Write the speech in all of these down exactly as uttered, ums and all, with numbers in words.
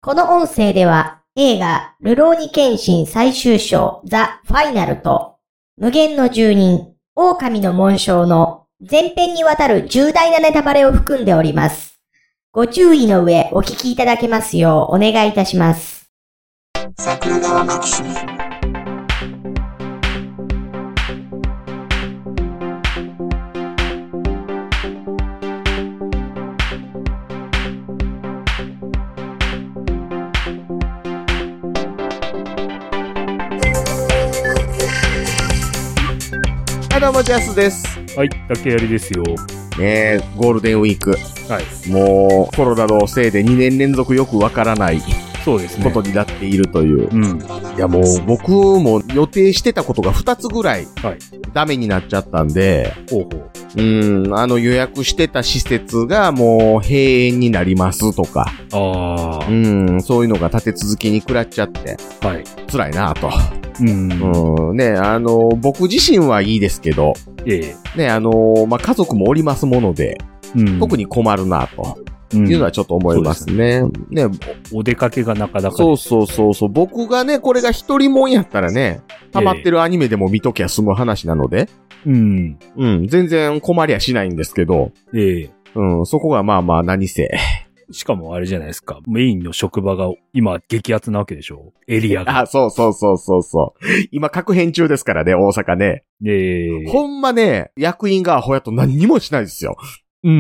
この音声では映画ルローニケンシン最終章ザ・ファイナルと無限の住人狼の紋章の前編にわたる重大なネタバレを含んでおります。ご注意の上お聞きいただけますようお願いいたします。 桜川マキシムどうもジャスです。 はい、竹槍ですよ。 ねえ、ゴールデンウィーク。 はい。 もうコロナのせいでにねん連続よくわからないそうですね。 ことになっているという。 うん。 いやもう僕も予定してたことがふたつぐらいダメになっちゃったんで、 ほうほう。 うん、あの予約してた施設がもう閉園になりますとか、 ああ、 うん、そういうのが立て続けに食らっちゃって、 はい。 辛いなぁと。 うん。 うん、ね、あの、僕自身はいいですけど、 ええ。 ね、あの、まあ、家族もおりますもので、 うん、 特に困るなと。 うん、 いうのはちょっと思いますね。ね、 お出かけがなかなか。 そうそうそうそう。僕がね、これが一人もんやったらね、溜まってるアニメでも見ときゃ済む話なので、 うん。 うん、全然困りゃしないんですけど、 ええ。 うん、そこがまあまあ何せ。 しかもあれじゃないですか。メインの職場が今激アツなわけでしょ。エリアが。 あ、そうそうそうそうそう。今確変中ですからね、大阪ね。 ええ。 ほんまね、役員がアホやと何にもしないですよ。 うん。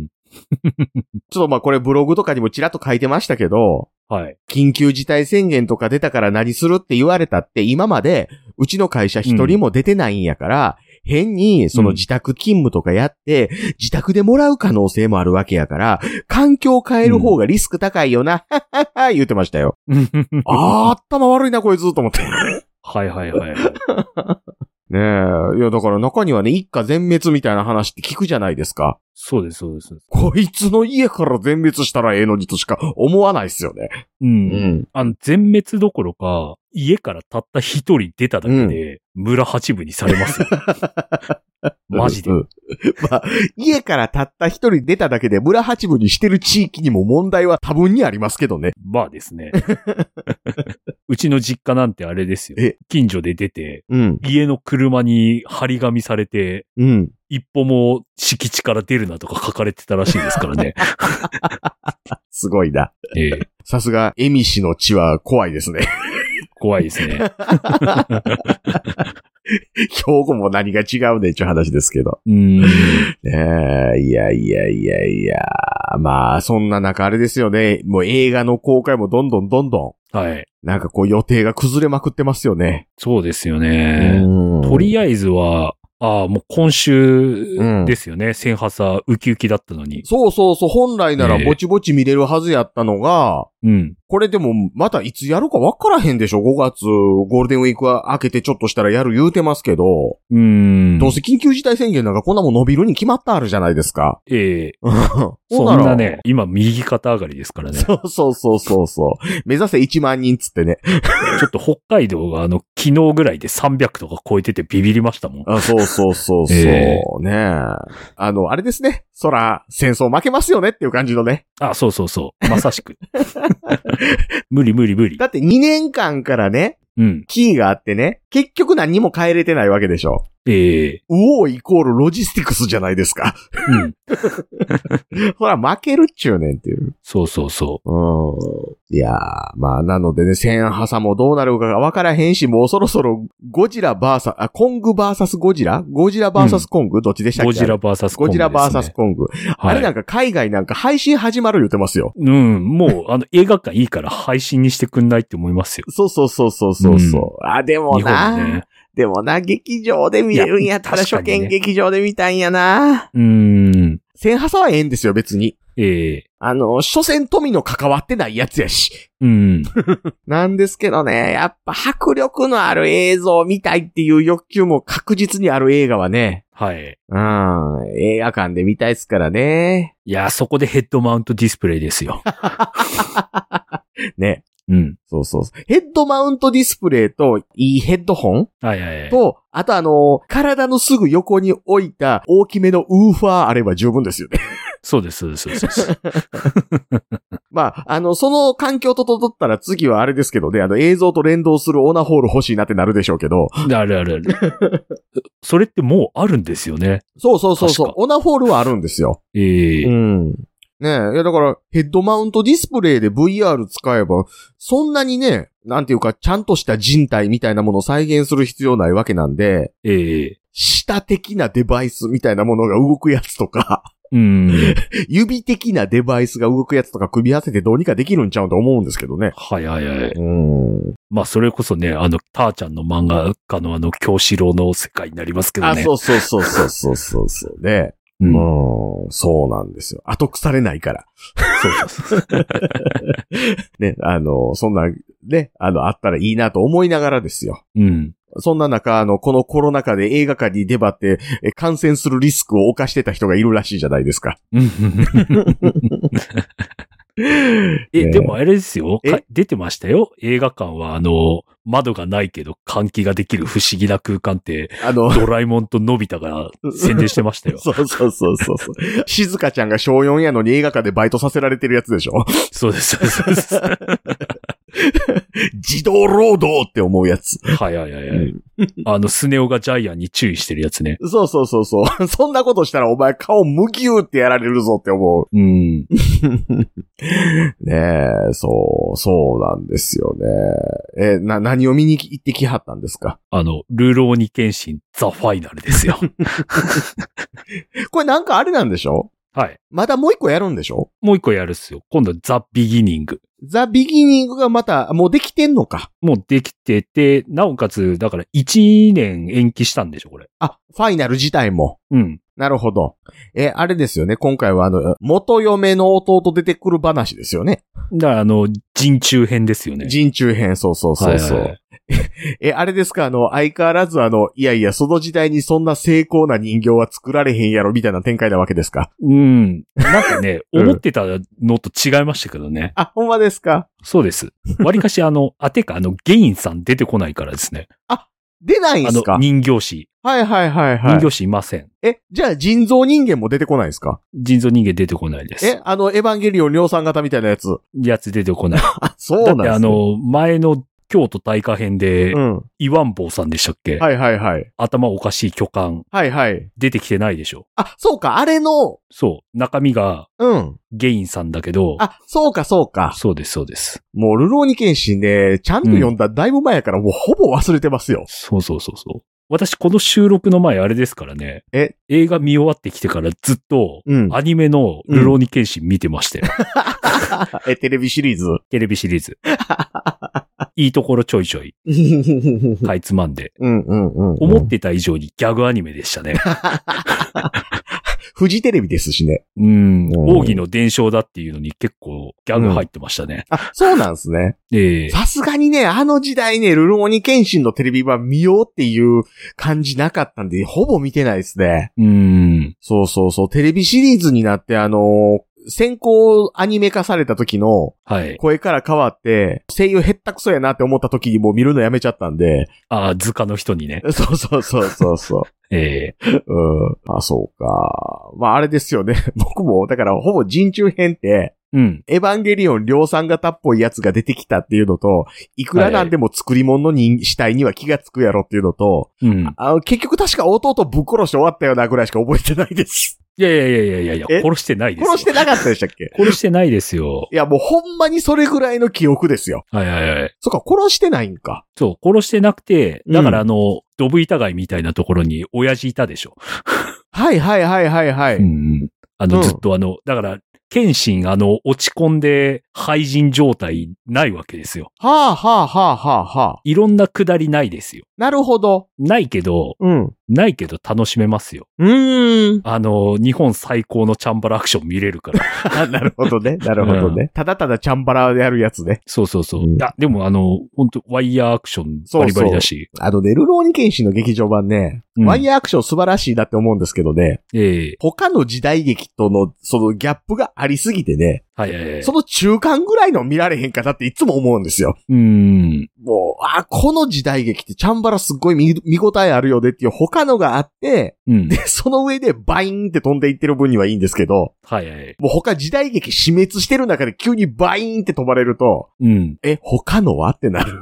ちょっとまあこれブログとかにもちらっと書いてましたけど、 はい。 緊急事態宣言とか出たから何するって言われたって今までうちの会社一人も出てないんやから、うん、変にその自宅勤務とかやって、うん、自宅でもらう可能性もあるわけやから、環境を変える方がリスク高いよな、ははは言ってましたよ。あー、頭悪いなこいつと思って。 はいはいはい。 ねえ。いや、だから中にはね、一家全滅みたいな話って聞くじゃないですか。 そうです、そうです。 こいつの家から全滅したらええのにとしか思わないですよね。 うん。うん。あの、全滅どころか、家からたった一人出ただけで、村八分にされますよ。マジで、うんうん。 まあ、家からたった一人出ただけで村八分にしてる地域にも問題は多分にありますけどね。 まあですね。うちの実家なんてあれですよ。近所で出て、うん、家の車に張り紙されて、うん、一歩も敷地から出るなとか書かれてたらしいですからね。 すごいな。 ええ、 さすが、エミ氏の血は怖いですね。 怖いですね。 兵庫も何が違うねんっていう話ですけど。 うーん。 ねえ、いやいやいやいや。まあ、そんな中あれですよね。もう映画の公開もどんどんどんどん。はい。 なんかこう予定が崩れまくってますよね。 そうですよね。とりあえずは、ああ、もう今週ですよね。うん、千朝ウキウキだったのに。 そうそうそう。本来ならぼちぼち見れるはずやったのが、 うん。 これでもまたいつやるか分からへんでしょ。ごがつゴールデンウィークは明けてちょっとしたらやる言うてますけど。 うーん。 どうせ緊急事態宣言なんかこんなもん伸びるに決まったあるじゃないですか。 ええー。そんなね、今右肩上がりですからね。 そうそうそうそうそう。目指せいちまんにんつってね。 ちょっと北海道があの、昨日ぐらいでさんびゃくとか超えててビビりましたもん。 あ、そうそうそうそう。えー、ねあの、あれですね。そら、戦争負けますよねっていう感じのね。 あ、そうそうそう。まさしく。無理無理無理。 だってにねんかんからね、 うん。 キーがあってね、結局何にも変えれてないわけでしょ。 ええー。 ウオーイコールロジスティクスじゃないですか。 うん。 ほら、負けるっちゅうねんっていう。 そうそうそう。うん。いやー、まあ、なのでね、千朝もどうなるかわからへんし、もうそろそろゴジラバーサ、あ、コングバーサスゴジラゴジラバーサスコング、うん、どっちでしたっけ？ ゴジラバーサスコング、ね。 ゴジラバーサスコング。はい、あれなんか海外なんか配信始まる言ってますよ。 うん、もう、あの、映画館いいから配信にしてくんないって思いますよ。 そうそうそうそうそうそう、うん。あ、でもな、ね、でもな、劇場で見れるんやったら初見劇場で見たいんやな。 うーん。 千朝はええんですよ、別に。 ええー。 あの、所詮富の関わってないやつやし。 うん。 なんですけどね、やっぱ迫力のある映像を見たいっていう欲求も確実にある映画はね。 はい。 うん。映画館で見たいっすからね。 いや、そこでヘッドマウントディスプレイですよ。 ね。 うん。 そうそう。ヘッドマウントディスプレイといいヘッドホンはいはいはい。 と、あとあの、体のすぐ横に置いた大きめのウーファーあれば十分ですよね。 そうです、そうです、そうです。 まあ、あの、その環境整ったら次はあれですけどね、あの映像と連動するオナホール欲しいなってなるでしょうけど。 あるあるある。それってもうあるんですよね。 そうそうそうそう。オナホールはあるんですよ。 ええー。 うん。ねえ、いやだからヘッドマウントディスプレイで ブイアール 使えば、そんなにね、なんていうか、ちゃんとした人体みたいなものを再現する必要ないわけなんで、 ええー。 舌的なデバイスみたいなものが動くやつとか、 うん、 指的なデバイスが動くやつとか組み合わせてどうにかできるんちゃうと思うんですけどね。 はいはいはい。 うん。 まあそれこそね、あの、ターちゃんの漫画家のあの、京志郎の世界になりますけどね。 あ、そうそうそうそうそうそうそうね。うん、そうなんですよ。後腐れないから。そうそうそう。ね、あの、そんな、ね、あの、あったらいいなと思いながらですよ。 うん。 そんな中、あの、このコロナ禍で映画館に出張って、え感染するリスクを冒してた人がいるらしいじゃないですか。 え、ね、でもあれですよ。出てましたよ。映画館は、あの、窓がないけど換気ができる不思議な空間って、あの、ドラえもんとのび太が宣伝してましたよ。 そうそうそうそうそう。静香ちゃんが小よんやのに映画館でバイトさせられてるやつでしょ。 そうです、そうです。 自動労働って思うやつ。 はいはいはいはい。うん、あの、スネ夫がジャイアンに注意してるやつね。 そうそうそうそう。そんなことしたらお前顔むぎゅーってやられるぞって思う。 うん。 ねえ、そう、そうなんですよね。え、な、何を見に行ってきはったんですか？ あの、ルローニケンシンザ・ファイナルですよ。 これなんかあれなんでしょ？ はい。 まだもう一個やるんでしょ？ もう一個やるっすよ。今度ザ・ビギニング。 ザ・ビギニングがまた、もうできてんのか。 もうできてて、なおかつ、だからいちねん延期したんでしょ、これ。 あ、ファイナル自体も。 うん。 なるほど。え、あれですよね。今回はあの、元嫁の弟出てくる話ですよね。 だからあの、人中編ですよね。 人中編、そうそうそうそう。はいはいはいえ、あれですかあの、相変わらずあの、いやいや、その時代にそんな精巧な人形は作られへんやろ、みたいな展開なわけですか？ うん。なんかね、うん、思ってたのと違いましたけどね。 あ、ほんまですか？ そうです。わりかしあの、あ、てかあの、ゲインさん出てこないからですね。 あ、出ないんすか？ あの、人形師。 はいはいはいはい。 人形師いません。 え、じゃあ人造人間も出てこないですか？ 人造人間出てこないです。 え、あの、エヴァンゲリオン量産型みたいなやつ。 やつ出てこない。 あ、そうなんですね。 だってあの、前の、京都大火編で、うん。イワンボーさんでしたっけ？ はいはいはい。 頭おかしい巨漢。 はいはい。 出てきてないでしょ。 あ、そうか、あれの。 そう。中身が、 うん。 ゲインさんだけど。 あ、そうかそうか。 そうですそうです。 もう、ルローニケンシンね、ちゃんと読んだだいぶ前やから、もうほぼ忘れてますよ、うん。 そうそうそうそう。私、この収録の前あれですからね。 え映画見終わってきてからずっと、うん、アニメのルローニケンシン見てましたよ。 うん、え、テレビシリーズテレビシリーズ。いいところちょいちょい。かいつまんで。 うんうんうんうん、 思ってた以上にギャグアニメでしたね。 フジテレビですしね。 うん。奥義の伝承だっていうのに結構ギャグ入ってましたね。 うん、あ、そうなんですね。 ええー。 さすがにね、あの時代ね、ルローニケンシンのテレビ版見ようっていう感じなかったんで、ほぼ見てないですね。 うん。 そうそうそう。テレビシリーズになって、あのー、先行アニメ化された時の声から変わって、声優減ったくそやなって思った時にもう見るのやめちゃったんで。 ああ、図鑑の人にね。 そうそうそうそうそう。 ええー。うん。あ、そうか。まああれですよね。僕も、だからほぼ人中編って、 うん。 エヴァンゲリオン量産型っぽいやつが出てきたっていうのと、いくらなんでも作り物の人死体には気がつくやろっていうのと、 うん。 あの結局確か弟ぶっ殺して終わったようなぐらいしか覚えてないです。 いやいやいやいやいやいや、殺してないですよ。 殺してなかったでしたっけ？ 殺してないですよ。 いやもうほんまにそれぐらいの記憶ですよ。 はいはいはい。 そっか、殺してないんか。 そう、殺してなくて、だからあの、うん、ドブ板街みたいなところに親父いたでしょ。 はいはいはいはいはい。 うん。あの、ずっとあの、だから、謙信、あの、落ち込んで、廃人状態ないわけですよ。 はあはあはあはあはあ。 いろんなくだりないですよ。 なるほど。 ないけど、 うん。 ないけど楽しめますよ。 うーん。 あの、日本最高のチャンバラアクション見れるから。 なるほどね。なるほどね、うん。ただただチャンバラでやるやつね。 そうそうそう。うん、いや、でもあの、本当ワイヤーアクションバリバリだし。 そうそうあのね、ルローニケンシンの劇場版ね、うん、ワイヤーアクション素晴らしいなって思うんですけどね。 ええー。 他の時代劇とのそのギャップがありすぎてね。 はいはいはい。 その中間ぐらいの見られへんかなっていつも思うんですよ。 うーん。 もう、あ、この時代劇ってチャンバラすっごい見、見応えあるよねっていう他のがあって、うん、で、その上でバイーンって飛んでいってる分にはいいんですけど、 はいはい。 もう他時代劇死滅してる中で急にバイーンって飛ばれると、 うん。 え、他のはってなる。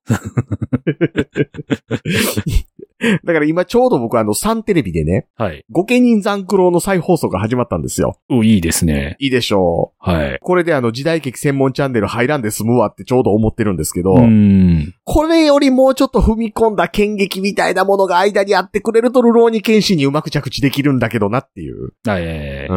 だから今ちょうど僕あのサンテレビでね、 はい。 御家人残苦労の再放送が始まったんですよ。 お、いいですね。 いいでしょう。はい。 これであの時代劇専門チャンネル入らんで済むわってちょうど思ってるんですけど、うん。 これよりもうちょっと踏み込んだ剣劇みたいなものが間にあってくれるとルローニケンシンにうまく着地できるんだけどなっていう。 はい。うん。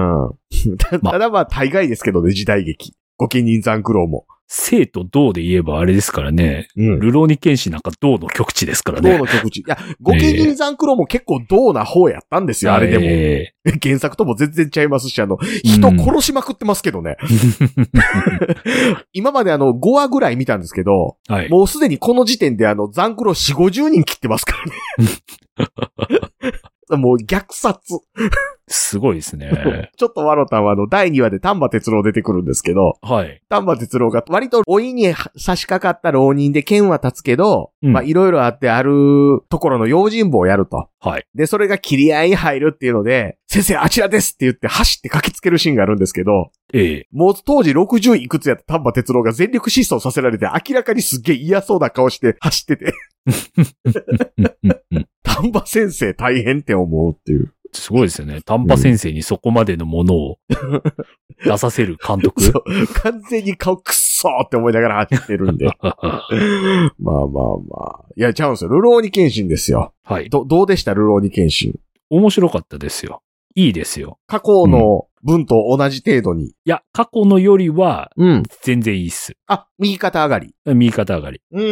ただまあ大概ですけどね、時代劇。御家人残苦労も。 生と銅で言えばあれですからね。うん。ルローニケンシンなんか銅の極地ですからね。 銅の極地。いや、御家人残苦労も結構銅な方やったんですよ、えー、あれでも、えー。原作とも全然ちゃいますし、あの、人殺しまくってますけどね。うん、今まであの、ごわぐらい見たんですけど、はい、もうすでにこの時点であの、残苦労よん、ごじゅうにん切ってますからね。もう虐殺。 すごいですね。 ちょっとワロタンはあの、だいにわで丹波哲郎出てくるんですけど、 はい。 丹波哲郎が割と老いに差し掛かった浪人で剣は立つけど、うん、まあいろいろあってあるところの用心棒をやると。 はい。 で、それが切り合いに入るっていうので、先生あちらですって言って走って駆けつけるシーンがあるんですけど、 ええ。 もう当時ろくじゅういくつやった丹波哲郎が全力疾走させられて明らかにすっげえ嫌そうな顔して走ってて。丹波先生大変って思うっていう。 すごいですよね。丹波先生にそこまでのものを出させる監督。 そう。完全に顔くっそーって思いながら走ってるんで。まあまあまあ。いや、ちゃうんですよ。ルローニケンシンですよ。 はい。 ど、どうでしたルローニケンシン。 面白かったですよ。いいですよ。 過去の文と同じ程度に。うん、 いや、過去のよりは、全然いいっす。 うん、あ、右肩上がり。 右肩上がり。 うん、うん、うん、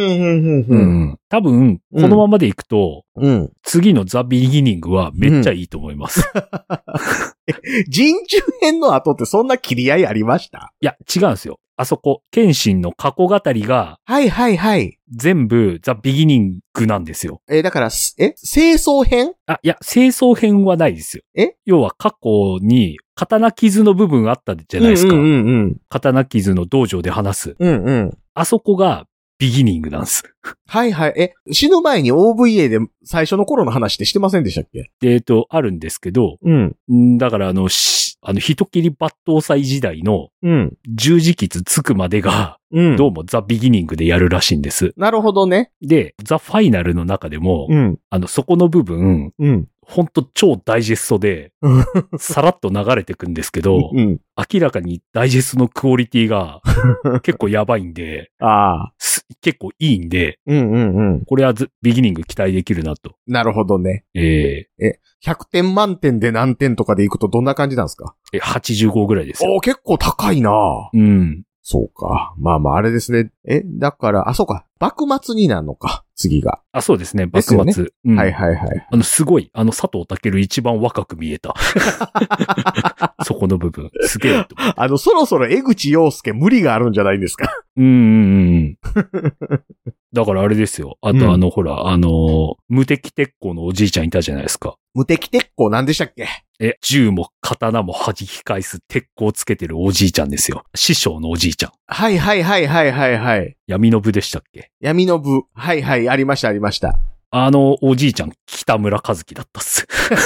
うん。多分、このままでいくと、 うん、 次のザ・ビギニングはめっちゃいいと思います。 うん、人中編の後ってそんな切り合いありました？ いや、違うんですよ。あそこ、謙信の過去語りが、 はいはいはい。 全部ザ・ビギニングなんですよ。 えー、だから、え清掃編？ あ、いや、清掃編はないですよ。 え？ 要は過去に、刀傷の部分があったじゃないですか。 うんうんうんうん、 刀傷の道場で話す。 うんうん。 あそこがビギニングなんです。 はいはい。え、死ぬ前に オーブイエー で最初の頃の話ってしてませんでしたっけ？ えっと、あるんですけど、 うん。 だからあの、あの、人切り抜刀斎時代の、 うん。 十字傷つくまでが、うん。どうもザ・ビギニングでやるらしいんです。 なるほどね。 で、ザ・ファイナルの中でも、 うん。 あの、そこの部分、 うん。 ほんと超ダイジェストで、さらっと流れてくんですけど、うん、明らかにダイジェストのクオリティが結構やばいんで、 あ結構いいんで、 うんうんうん、 これはビギニング期待できるなと。 なるほどね。 えー、え、ひゃくてん満点で何点とかでいくとどんな感じなんですか？ え、はちじゅうごぐらいですよ。 おー、結構高いな。 うん。 そうか。まあまああれですね。え、だから、あ、そうか。幕末になるのか。次が。 あ、そうですね。幕末。 ね、うん。はいはいはい。 あの、すごい、あの、佐藤健一番若く見えた。そこの部分。すげえと。 あの、そろそろ江口洋介無理があるんじゃないんですか。 うんうんうん。だからあれですよ。あとあの、うん、ほら、あの、無敵鉄鋼のおじいちゃんいたじゃないですか。 無敵鉄鋼なんでしたっけ？ え、銃も刀も弾き返す鉄鋼つけてるおじいちゃんですよ。師匠のおじいちゃん。 はいはいはいはいはいはい。 闇の部でしたっけ？ 闇の部。はいはい、ありましたありました。 あのおじいちゃん、北村和樹だったっす。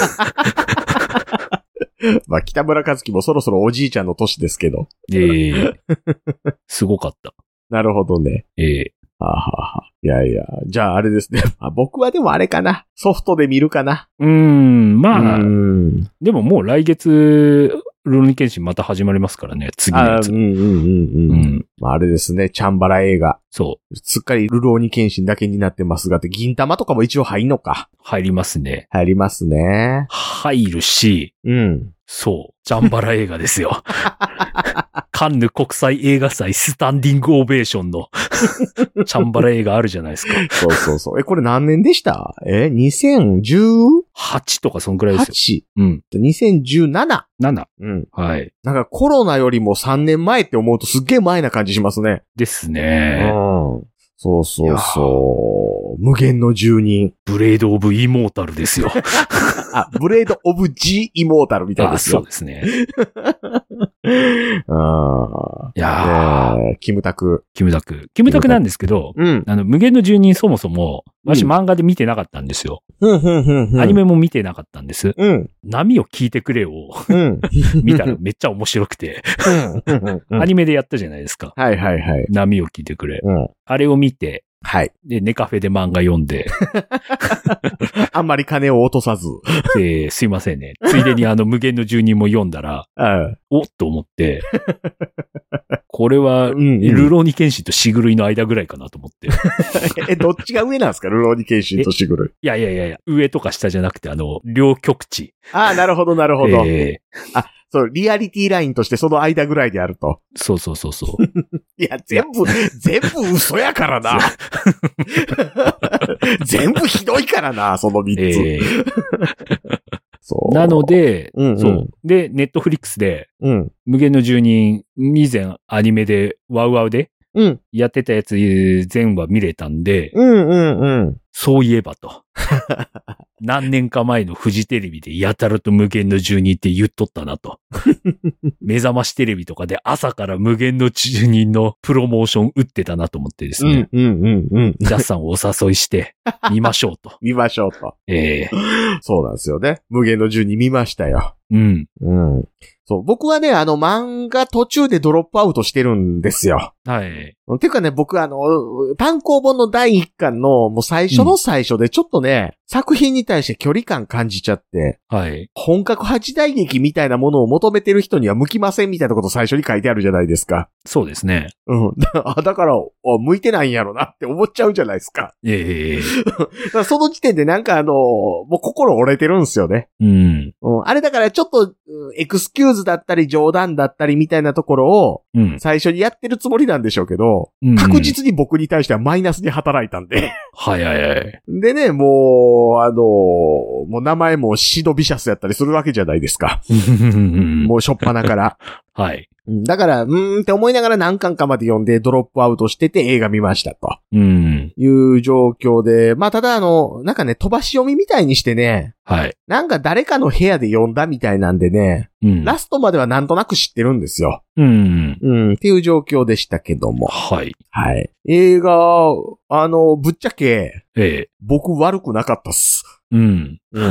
まあ、北村和樹もそろそろおじいちゃんの年ですけど。 ええー。すごかった。 なるほどね。 ええー。 はあ、はあ、いやいや、じゃああれですね。あ、僕はでもあれかな。ソフトで見るかな。 うーん、まあ、うーんでももう来月、ルローニケンシンまた始まりますからね、次のやつ。 あ、うんうんうんうん。うん、まあ、あれですね、チャンバラ映画。 そう。 すっかりルローニケンシンだけになってますが、銀玉とかも一応入んのか。 入りますね。 入りますね。 入るし、 うん。 そう。ジャンバラ映画ですよ。カンヌ国際映画祭スタンディングオベーションのチャンバラ映画あるじゃないですか。 そうそうそう。え、これ何年でした？え、にせんじゅうはち とかそんくらいですよ。はち? うん。にせんじゅうなな。 なな。 うん。 はい。 なんかコロナよりもさんねんまえって思うとすっげえ前な感じしますね。 ですね。 うん。そうそうそう。無限の住人。 ブレードオブイモータルですよ。 あ、ブレード・オブ・ジ・イモータルみたいですよ。 あ、そうですね。 あいやー、キムタク。 キムタク。キムタクなんですけど、 うん。 あの、無限の住人そもそも、私漫画で見てなかったんですよ。 うん、うん、うん。 アニメも見てなかったんです。 うん。 波を聞いてくれを、うん、見たらめっちゃ面白くて、うん、アニメでやったじゃないですか。 はいはいはい。 波を聞いてくれ。 うん、あれを見て、 はい。 で、ネカフェで漫画読んで。 あんまり金を落とさず。 えー、すいませんね。ついでにあの無限の住人も読んだら、おっと思って、これは、うんうん、ルローニケンシンとシグルイの間ぐらいかなと思って。 え、どっちが上なんですかルローニケンシンとシグルイ。 いやいやいやいや、上とか下じゃなくて、あの、両極地。 ああ、なるほどなるほど。 えー、 あ、そう、リアリティラインとしてその間ぐらいであると。 そうそうそうそう。 いや、全部、全部嘘やからな。全部ひどいからな、そのみっつ。えー、 そうなので、 うんうん、 そう。で、ネットフリックスで、 うん、 無限の住人、以前アニメで、ワウワウで、 うん、 やってたやつ全話見れたんで、 うんうんうん、 そういえばと。何年か前のフジテレビでやたらと無限の住人って言っとったなと。目覚ましテレビとかで朝から無限の住人のプロモーション打ってたなと思ってですね。 うんうんうんうん。 ジャスさんをお誘いして見ましょうと。 見ましょうと。 ええー、 そうなんですよね。無限の住人見ましたよ。 うん。 うん。そう、僕はね、あの漫画途中でドロップアウトしてるんですよ。 はい。 ていうかね、僕あの、単行本のだいいっかんのもう最初の最初でちょっとね、うん、作品に対して距離感感じちゃって、 はい。 本格八大劇みたいなものを求めてる人には向きませんみたいなこと最初に書いてあるじゃないですか。 そうですね。 うん。だから、向いてないんやろなって思っちゃうじゃないですか。 ええー。 だからその時点でなんかあの、もう心折れてるんですよね。 うん。 うん。あれだからちょっと、エクスキューズだったり冗談だったりみたいなところを、最初にやってるつもりなんでしょうけど、うん、確実に僕に対してはマイナスに働いたんで。 はいはいはい。 でね、もう、あの、もう名前もシドビシャスやったりするわけじゃないですか。もうしょっぱなから。 はい。 だから、うーんって思いながら何巻かまで読んでドロップアウトしてて映画見ましたと。 うん。 いう状況で、まあただあの、なんかね、飛ばし読みみたいにしてね。 はい。 なんか誰かの部屋で読んだみたいなんでね。うん。ラストまではなんとなく知ってるんですよ。 うん。 うん。っていう状況でしたけども。 はい。 はい。映画、あの、ぶっちゃけ、 ええ。 僕悪くなかったっす。 うん。 うん。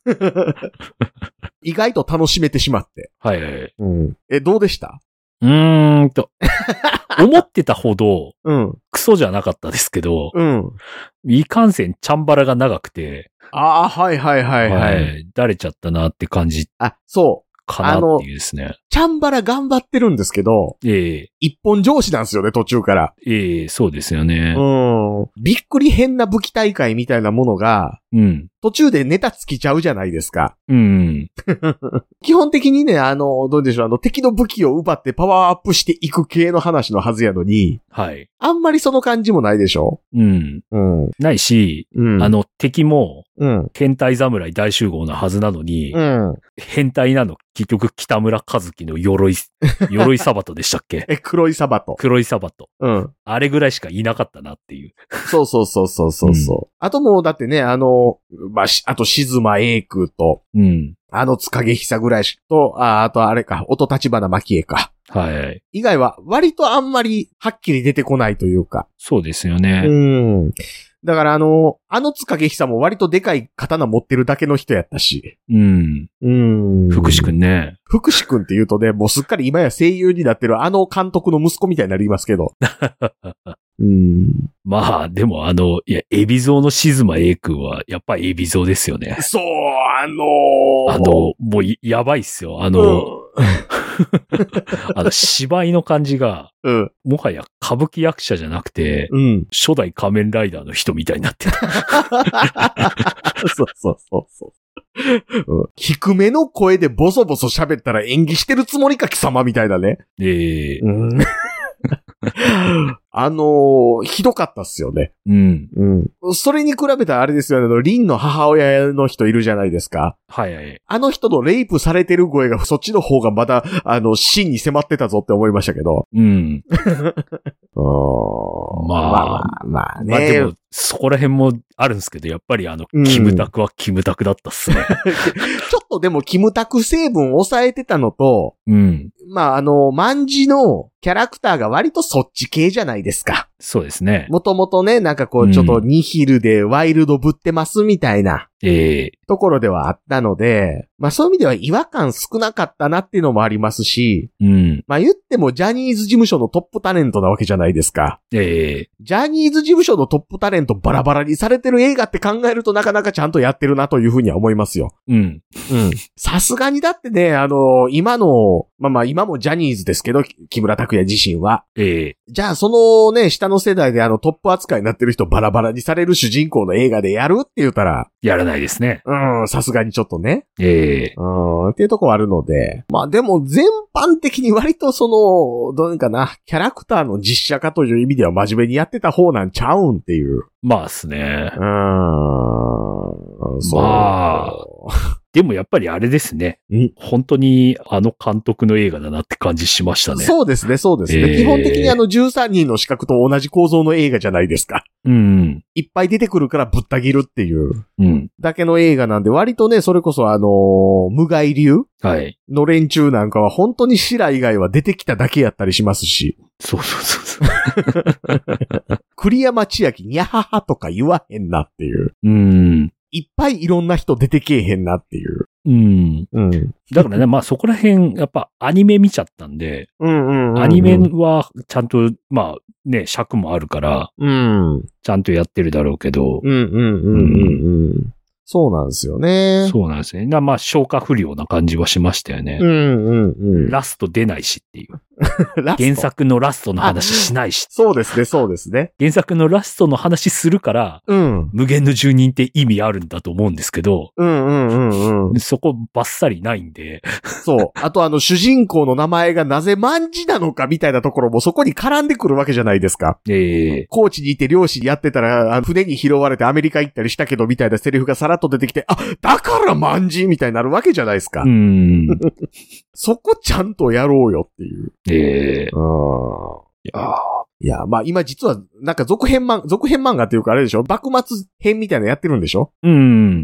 意外と楽しめてしまって。 はいはい。 うん。え、どうでした？ うーんと。思ってたほど、 うん。 クソじゃなかったですけど、 うん。 いかんせんチャンバラが長くて。 ああ、はいはいはいはい。はい。 だれちゃったなって感じ。 あ、そう。 かなっていうですね。 チャンバラ頑張ってるんですけど、 ええ。 一本上司なんですよね、途中から。 ええ、そうですよね。 うん。びっくり変な武器大会みたいなものが、 うん。 途中でネタ尽きちゃうじゃないですか。 うん。 基本的にね、あの、どうでしょう、あの、敵の武器を奪ってパワーアップしていく系の話のはずやのに、 はい。 あんまりその感じもないでしょ？ うん。 うん。 ないし、うん、あの、敵も、 うん。 変態侍大集合なはずなのに、 うん。 変態なの、結局北村和樹の鎧、鎧サバトでしたっけ？ え、黒いサバト。 黒いサバト。 うん。 あれぐらいしかいなかったなっていう。 そうそうそうそうそうそう、うん。あともうだってね、あの、まあ、あと静馬英空と、 うん。 あの塚毛久ぐらいしと、あ、あとあれか、音立花蒔絵か。 はい。 以外は割とあんまりはっきり出てこないというか。 そうですよね。 うん。だからあの、あの塚毛久も割とでかい刀持ってるだけの人やったし。 うん。 うん。 福士くんね。 福士くんって言うとね、もうすっかり今や声優になってるあの監督の息子みたいになりますけど。うん。 まあ、でもあの、いや、海老蔵の静馬英君は、やっぱり海老蔵ですよね。 そう、あのー、 あの、もうやばいっすよ。あの、うん、あの芝居の感じが、 うん、 もはや歌舞伎役者じゃなくて、 うん、 初代仮面ライダーの人みたいになってた。 そうそうそうそう。うん、低めの声でボソボソ喋ったら演技してるつもりか貴様みたいなね。 ええー。 うんあのー、ひどかったっすよね。 うん。 うん。それに比べたらあれですよね、リンの母親の人いるじゃないですか。 はいはい。 あの人のレイプされてる声がそっちの方がまだ、あの、真に迫ってたぞって思いましたけど。 うん。 あまあ、 まあまあ、まあね。 まあでも、そこら辺もあるんですけど、やっぱりあの、うん、キムタクはキムタクだったっすね。 ちょっとでもキムタク成分を抑えてたのと、 うん。 まああの、万字のキャラクターが割とそっち系じゃないですか。 そうですね。 もともとね、なんかこう、ちょっとニヒルでワイルドぶってますみたいな。 ええー。 ところではあったので、まあそういう意味では違和感少なかったなっていうのもありますし、 うん。 まあ言ってもジャニーズ事務所のトップタレントなわけじゃないですか。 ええー。 ジャニーズ事務所のトップタレントバラバラにされてる映画って考えるとなかなかちゃんとやってるなというふうには思いますよ。 うん。 うん。さすがにだってね、あの、今の、まあまあ今もジャニーズですけど、木村拓哉自身は。 ええー。 じゃあそのね、下の世代であのトップ扱いになってる人バラバラにされる主人公の映画でやるって言ったら。 やらないですね。 うん、さすがにちょっとね。 ええー。 うん、っていうところあるので。まあでも全般的に割とその、どういうかな、キャラクターの実写化という意味では真面目にやってた方なんちゃうんっていう。 まあですね。 うーん。そう。 まあ。でもやっぱりあれですね。 ん本当にあの監督の映画だなって感じしましたね。 そうですね、そうですね。 えー、 基本的にあのじゅうさんにんの資格と同じ構造の映画じゃないですか。 うん。 いっぱい出てくるからぶった切るっていう。 うん。 だけの映画なんで割とね、それこそあのー、無害流はい。 の連中なんかは本当に白以外は出てきただけやったりしますし。 そうそうそうそう。 栗山千明にゃははとか言わへんなっていう。 うん。 いっぱいいろんな人出てけえへんなっていう。 うん。 うん。 だからね、まあそこら辺、やっぱアニメ見ちゃったんで、 うんうんうんうん、 アニメはちゃんと、まあね、尺もあるから、 うん。 ちゃんとやってるだろうけど、 うんうんうんうんうん。そうなんですよね。 そうなんですね。まあ消化不良な感じはしましたよね。 うんうんうん。 ラスト出ないしっていう。原作のラストの話しないし。 そうですね、そうですね。 原作のラストの話するから、 うん、 無限の住人って意味あるんだと思うんですけど、 うんうんうんうん、 そこバッサリないんで。 そう。あとあの主人公の名前がなぜ万字なのかみたいなところもそこに絡んでくるわけじゃないですか。 ええー。 高知にいて漁師やってたら、あの船に拾われてアメリカ行ったりしたけどみたいなセリフがさらっと出てきて、あ、だから万字みたいになるわけじゃないですか。 うん。 そこちゃんとやろうよっていう。 ええー。 いやいや、まあ今実はなんか続編漫、続編漫画っていうかあれでしょ、幕末編みたいなのやってるんでしょ。 うん。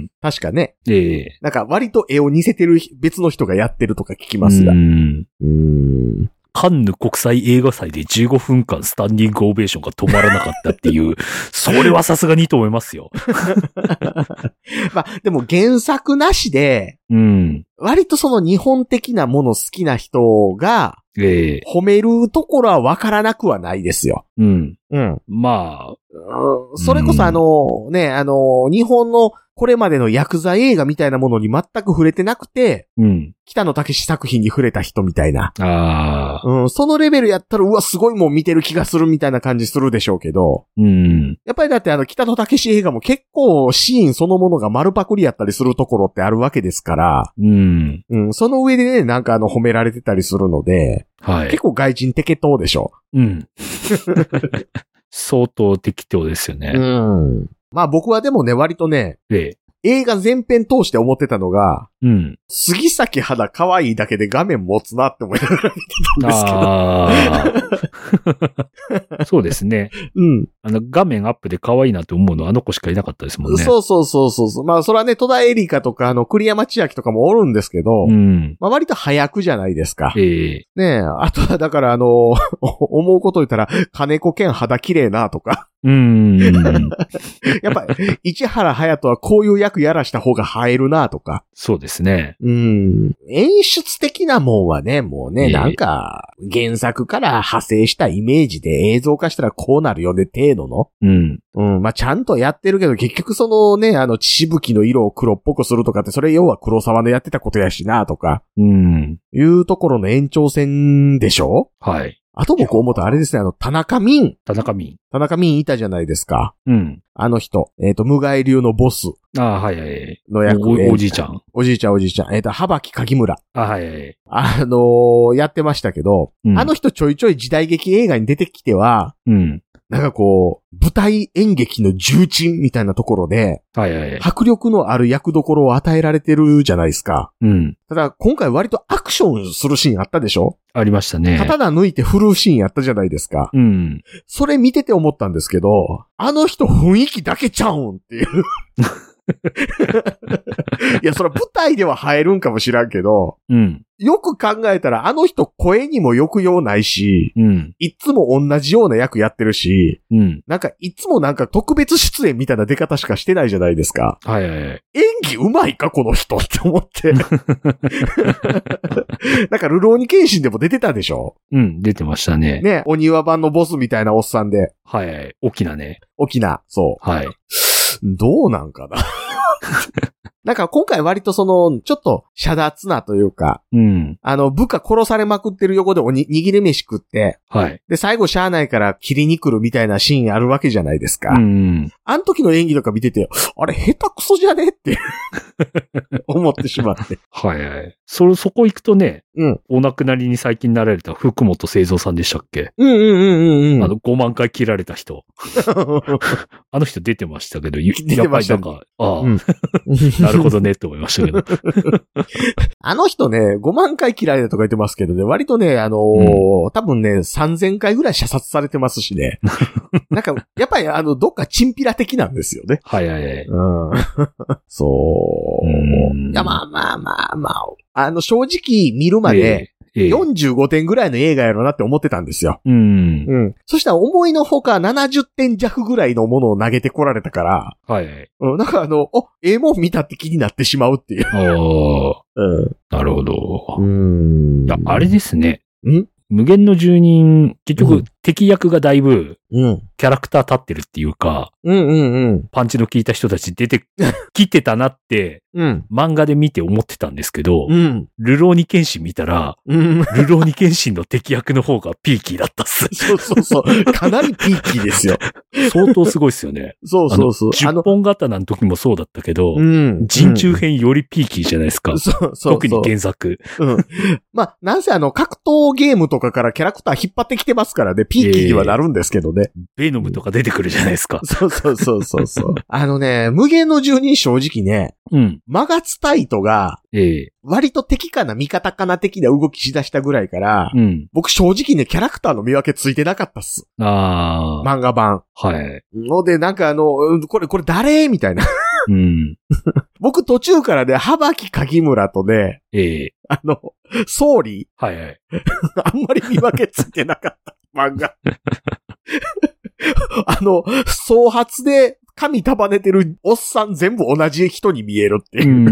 確かね。 ええー。 なんか割と絵を似せてる別の人がやってるとか聞きますが。 うん。 うーん。 カンヌ国際映画祭でじゅうごふんかんスタンディングオベーションが止まらなかったっていう、それはさすがにいいと思いますよ。 まあ、でも原作なしで、 うん。 割とその日本的なもの好きな人が、 ええ褒めるところはわからなくはないですよ。 うん。 うん。 まあ、 それこそあの、ね、あの、日本のこれまでのヤクザ映画みたいなものに全く触れてなくて、 うん。 北野武作品に触れた人みたいな。 ああ。 うん、そのレベルやったら、うわ、すごいもん見てる気がするみたいな感じするでしょうけど。 うん。 やっぱりだってあの、北野武映画も結構シーンそのものが丸パクリやったりするところってあるわけですから。 うん。 うん、その上でね、なんかあの、褒められてたりするので。 はい。 結構外人適当でしょ。 うん。相当適当ですよね。 うん。まあ僕はでもね、割とね、 ええ、 映画全編通して思ってたのが、 うん。 杉咲肌可愛いだけで画面持つなって思いながら見てたんですけど。 ああ。そうですね。 うん。 あの、画面アップで可愛いなと思うのはあの子しかいなかったですもんね。 そうそうそうそう。まあ、それはね、戸田恵梨香とか、あの、栗山千明とかもおるんですけど、 うん。 まあ、割と早くじゃないですか。 ええねえ、あとは、だから、あの、思うこと言ったら、金子健肌綺麗なとか。 うーん。 やっぱ、市原隼人はこういう役やらした方が映えるなとか。 そうですね。 うん。演出的なもんはね、もうね、 ええなんか、原作から派生したイメージで映像化したらこうなるよね、程度の。 うん。 うん。まあ、ちゃんとやってるけど、結局そのね、あの、血しぶきの色を黒っぽくするとかって、それ要は黒沢のやってたことやしな、とか。 うん。 いうところの延長線でしょ？ はい。 あと僕思ったあれですね、あの、田中泯。 田中泯。 田中泯いたじゃないですか。 うん。 あの人。えっと、無害流のボスああ、はいはい。 の役。 お、おじいちゃん。 おじいちゃんおじいちゃん。えっと、幅木鍵村。 あはいはい。 あのー、やってましたけど、 うんあの人ちょいちょい時代劇映画に出てきては、 うん。 なんかこう、舞台演劇の重鎮みたいなところで、 はいはいはい。 迫力のある役どころを与えられてるじゃないですか。 うん。 ただ、今回割とアクションするシーンあったでしょ？ ありましたね。 刀抜いて振るシーンあったじゃないですか。 うん。 それ見てて思ったんですけど、あの人雰囲気だけちゃうんっていう。いや、それは舞台では映えるんかもしらんけど、 うん。 よく考えたらあの人声にも抑揚ないし、 うん。 いつも同じような役やってるし、 うん。なんかいつもなんか特別出演みたいな出方しかしてないじゃないですか。 はいはいはい。 演技うまいかこの人って思って。なんかルローニケンシンでも出てたでしょ？ うん、出てましたね。 ね、お庭版のボスみたいなおっさんで。 はいはい。沖縄ね。 沖縄、そう。 はい。 どうなんかななんか今回割とその、ちょっと、遮奪なというか、 うん。 あの、部下殺されまくってる横でおに、握り飯食って、 はい。 で、最後しゃあないから切りに来るみたいなシーンあるわけじゃないですか。 うん。 あの時の演技とか見てて、あれ、下手くそじゃねって思ってしまって。 はいはい。そ、そこ行くとね、 うん。 お亡くなりに最近なられた福本清三さんでしたっけ？ うんうんうんうんうん。 あの、ごまん回切られた人。あの人出てましたけど、やっぱりなんか、ああ、うん、なるほどねって思いましたけど。 あの人ね、ごまん回切られたとか言ってますけどね、割とね、あのーうん、多分ね、さんぜんかいぐらい射殺されてますしね。なんか、やっぱりあの、どっかチンピラ的なんですよね。 はいはいはい。 うん、そう。いや、まあまあまあまあ、あの、正直見るまで、よんじゅうごてんぐらいの映画やろうなって思ってたんですよ。 うん。 うん。そしたら思いのほかななじゅってん弱ぐらいのものを投げてこられたから、 はいはい。 うん。なんかあの、お、ええもん見たって気になってしまうっていう。 ああ。 うん。 なるほど。 うん。 いや、あれですね。 ん？ 無限の住人、結局、うん、敵役がだいぶ、 うん。 キャラクター立ってるっていうか、 うんうんうん。 パンチの効いた人たち出てきてたなって、 うん。 漫画で見て思ってたんですけど、 うん。 ルローニケンシン見たら、うん。ルローニケンシンの敵役の方がピーキーだったっす。 そうそうそう。かなりピーキーですよ。 相当すごいっすよね。 そうそうそう。 じゅっぽん刀の時もそうだったけど、 うん。 人中編よりピーキーじゃないですか。うん、 そうそうそう。 特に原作。 うん。まあ、なんせあの、格闘ゲームとかからキャラクター引っ張ってきてますからね、ピーキーにはなるんですけどね。 えー、ベノムとか出てくるじゃないですか。 そうそうそうそうそう。あのね、無限の住人正直ね、 うん。 マガツタイトが、 ええ。 割と敵かな味方かな的な動きしだしたぐらいから、 うん。 僕正直ね、キャラクターの見分けついてなかったっす。 ああ。 漫画版。 はい。 ので、なんかあの、これ、これ誰みたいな。 うん。 僕途中からね、幅木鍵村とね、 ええ。 あの、総理。 はいはい。 あんまり見分けついてなかった。漫画。あの、総発で髪束ねてるおっさん全部同じ人に見えるっていう。 うん。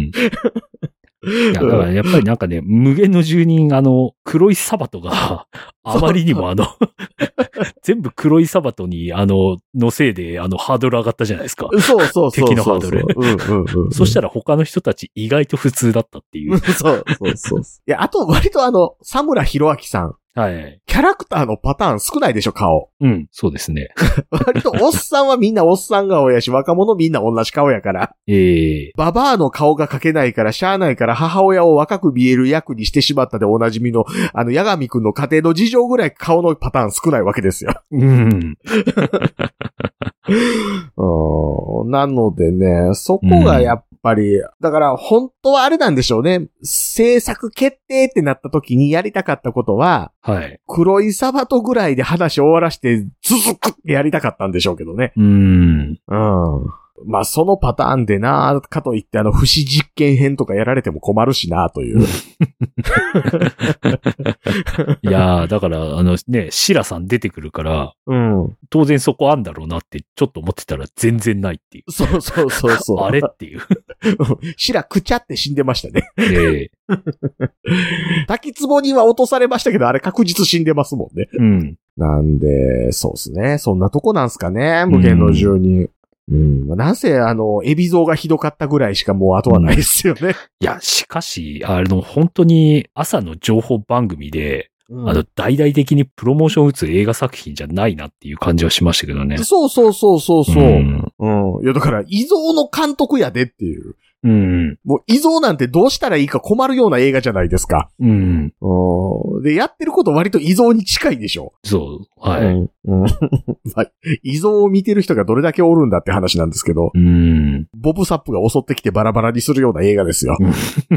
いや、だからやっぱりなんかね、無限の住人、あの、黒いサバトが、あまりにもあの、全部黒いサバトに、あの、のせいで、あの、ハードル上がったじゃないですか。 そうそうそうそう。 敵のハードル。 うんうんうん。 そしたら他の人たち意外と普通だったっていう。 そうそうそう。いや、あと割とあの、佐村博明さん。 はい。 キャラクターのパターン少ないでしょ、顔。 うん、そうですね。 割とおっさんはみんなおっさん顔やし、若者みんな同じ顔やから。 ええー。 ババアの顔が描けないから、しゃあないから母親を若く見える役にしてしまったでおなじみの、あの、八神くんの家庭の事情ぐらい顔のパターン少ないわけですよ。 うん。 うん、なのでね、そこがやっぱり、うん、だから本当はあれなんでしょうね。制作決定ってなった時にやりたかったことは、 はい。 黒いサバトぐらいで話終わらして続くってやりたかったんでしょうけどね。 うん。 うん。まあそのパターンでな、かといってあの不死実験編とかやられても困るしなという。いやー、だからあのね、シラさん出てくるから、 うん。 当然そこあんだろうなってちょっと思ってたら全然ないっていう。 そうそうそうそう。 あれっていう。 シラくちゃって死んでましたね。 ええ。 滝壺には落とされましたけど、あれ確実死んでますもんね。 うん。 なんで、そうですね。そんなとこなんすかね。無限の住人。うん。うん、なんせ、あの、エビゾウがひどかったぐらいしかもう後はないですよね。うん、いや、しかし、あの、本当に朝の情報番組で、うん、あの、大々的にプロモーション打つ映画作品じゃないなっていう感じはしましたけどね。 そうそうそうそうそう。うん。うん、いや、だから、遺贈の監督やでっていう。 うん。 もう依存なんてどうしたらいいか困るような映画じゃないですか。 うん。 で、やってること割と依存に近いでしょ。 そう。はい。うんうん依存を見てる人がどれだけおるんだって話なんですけど。 うん。 ボブサップが襲ってきてバラバラにするような映画ですよ。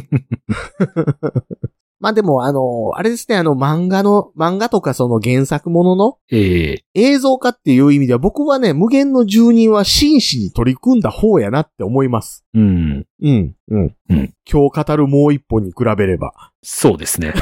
まあでも、あの、あれですね、あの、漫画の、漫画とかその原作ものの、 ええ、 映像化っていう意味では、僕はね、無限の住人は真摯に取り組んだ方やなって思います。 うん。 うん。うん。うん。今日語るもう一本に比べれば。 そうですね。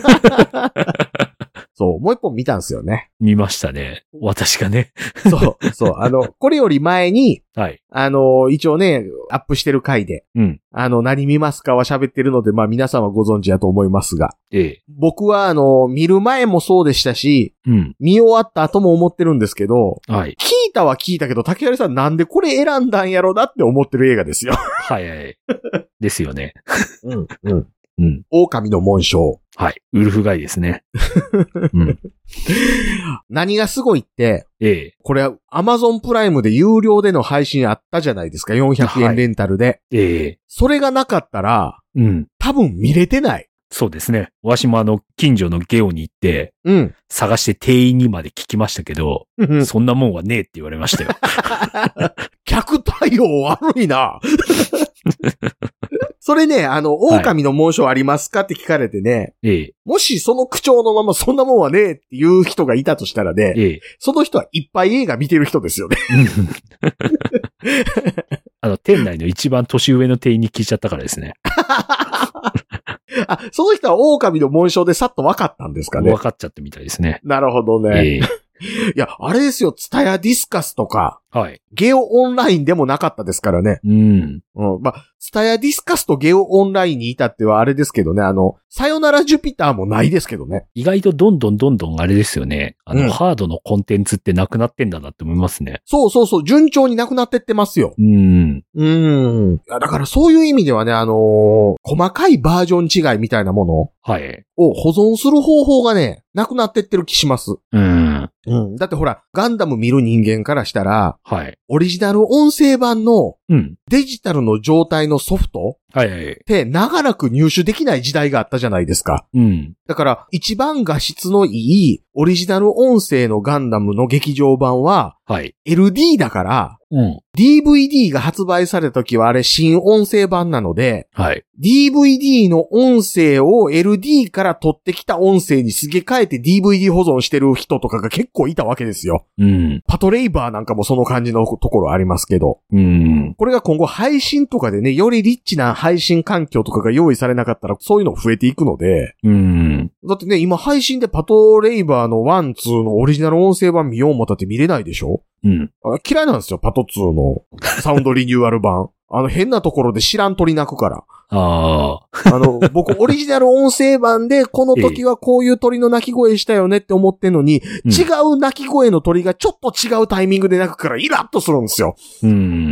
そう、もう一本見たんですよね。 見ましたね。私がね。 そう、そう。あの、これより前に、 はい。 あの、一応ね、アップしてる回で、 うん。 あの、何見ますかは喋ってるので、まあ皆さんはご存知だと思いますが、 ええ。 僕は、あの、見る前もそうでしたし、 うん。 見終わった後も思ってるんですけど、 はい。 聞いたは聞いたけど、竹原さんなんでこれ選んだんやろなって思ってる映画ですよ。 はいはい。ですよね。 うん、うん。 うん。 狼の紋章。 はい。ウルフガイですね。うん。 何がすごいって、 ええ。 これは Amazon プライムで有料での配信あったじゃないですか。よんひゃくえんレンタルで。はい、 ええ。 それがなかったら、 うん。 多分見れてない。 そうですね。わしもあの、近所のゲオに行って、うん。探して店員にまで聞きましたけど、うん、そんなもんはねえって言われましたよ。 客対応悪いな。それね、あの、狼の紋章ありますかって聞かれてね、 ええ、 もしその口調のままそんなもんはねえっていう人がいたとしたらね、ええ、その人はいっぱい映画見てる人ですよね。 あの、店内の一番年上の店員に聞いちゃったからですね。 あ、その人は狼の紋章でさっと分かったんですかね。 分かっちゃったみたいですね。 なるほどね。ええ、いや、あれですよ、ツタヤディスカスとか、はい。ゲオオンラインでもなかったですからね。うん。うん。まあ、ツタヤディスカスとゲオオンラインに至ってはあれですけどね、あの、さよならジュピターもないですけどね。 意外とどんどんどんどんあれですよね。あの、うん、ハードのコンテンツってなくなってんだなって思いますね。 そうそうそう、順調になくなってってますよ。うん。うん。いや、だからそういう意味ではね、あのー、細かいバージョン違いみたいなもの。はい。を保存する方法がね、なくなってってる気します。うん。うん。だってほら、ガンダム見る人間からしたら、はい。オリジナル音声版の、うん。デジタルの状態のソフトはいはい。って長らく入手できない時代があったじゃないですか。うん。だから、一番画質のいいオリジナル音声のガンダムの劇場版は、はい。エルディー だから、うん。ディーブイディー が発売された時はあれ新音声版なので、はい。ディーブイディー の音声を エルディー から取ってきた音声にすげ替えて ディーブイディー 保存してる人とかが結構いたわけですよ。うん。パトレイバーなんかもその感じのところありますけど。うん。これが今後配信とかでね、よりリッチな配信環境とかが用意されなかったらそういうの増えていくので。うん。だってね、今配信でパトレイバーのワン、ツーのオリジナル音声版見よう思ったって見れないでしょ？うん。嫌いなんですよ、パトツーのサウンドリニューアル版。あの変なところで知らん鳥鳴くから。ああ。あの、僕オリジナル音声版でこの時はこういう鳥の鳴き声したよねって思ってんのに、うん、違う鳴き声の鳥がちょっと違うタイミングで鳴くからイラッとするんですよ。うん。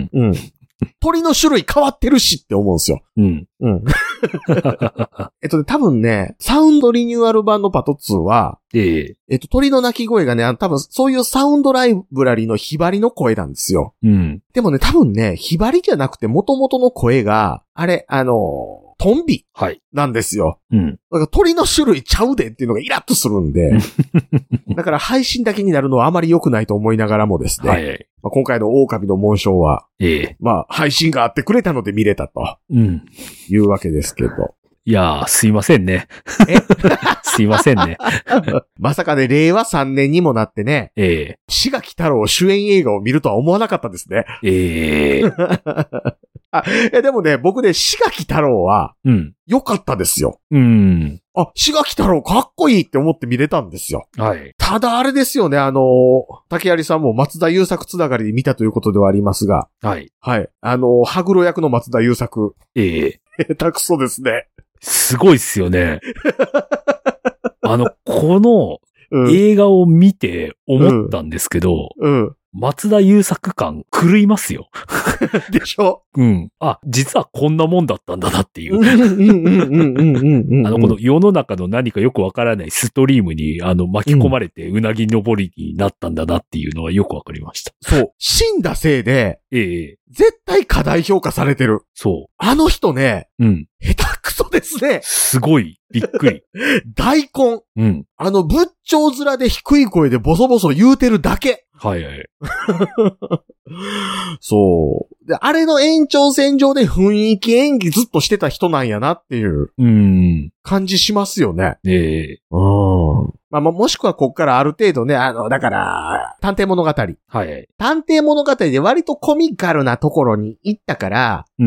うん。鳥の種類変わってるしって思うんですよ。うん。うん。えっとね、多分ね、サウンドリニューアル版のパトツーは、ええ。えっと、鳥の鳴き声がね、あの、多分そういうサウンドライブラリのヒバリの声なんですよ。うん。でもね、多分ね、ヒバリじゃなくて元々の声が、あれ、あのー、トンビ。はい。なんですよ。うん。だから鳥の種類ちゃうでっていうのがイラッとするんで。だから配信だけになるのはあまり良くないと思いながらもですね。はい。まあ、今回の狼の紋章は、ええ。まあ、配信があってくれたので見れたと。うん。いうわけですけど。 いやー、すいませんね。えすいませんね。 まさかね、れいわさんねんにもなってね、ええ。志垣太郎主演映画を見るとは思わなかったですね。ええ。あ、え、でもね、僕ね、志垣太郎は、うん。良かったですよ。うん。あ、志垣太郎かっこいいって思って見れたんですよ。はい。ただあれですよね、あのー、竹槍さんも松田優作つながりで見たということではありますが。はい。はい。あのー、羽黒役の松田優作。ええ。下手くそですね。 すごいっすよね。あの、この映画を見て思ったんですけど、うんうん、 松田優作感狂いますよ。 でしょ？ うん。あ、実はこんなもんだったんだなっていう。 あの、この世の中の何かよくわからないストリームに、あの、巻き込まれてうなぎ登りになったんだなっていうのがよくわかりました。 そう。死んだせいで、 ええ。 絶対過大評価されてる。 そう。 あの人ね、 うん。 下手くそですね。 すごい。びっくり。 大根。 うん。 あの、仏頂面で低い声でボソボソ言うてるだけ。 はいはい。 そう。で、あれの延長線上で雰囲気演技ずっとしてた人なんやなっていう。 うん。 感じしますよね。 ええ。 うん。まあ、もしくはこっからある程度ね、あの、だから、探偵物語。 はい。 探偵物語で割とコミカルなところに行ったから、 うん。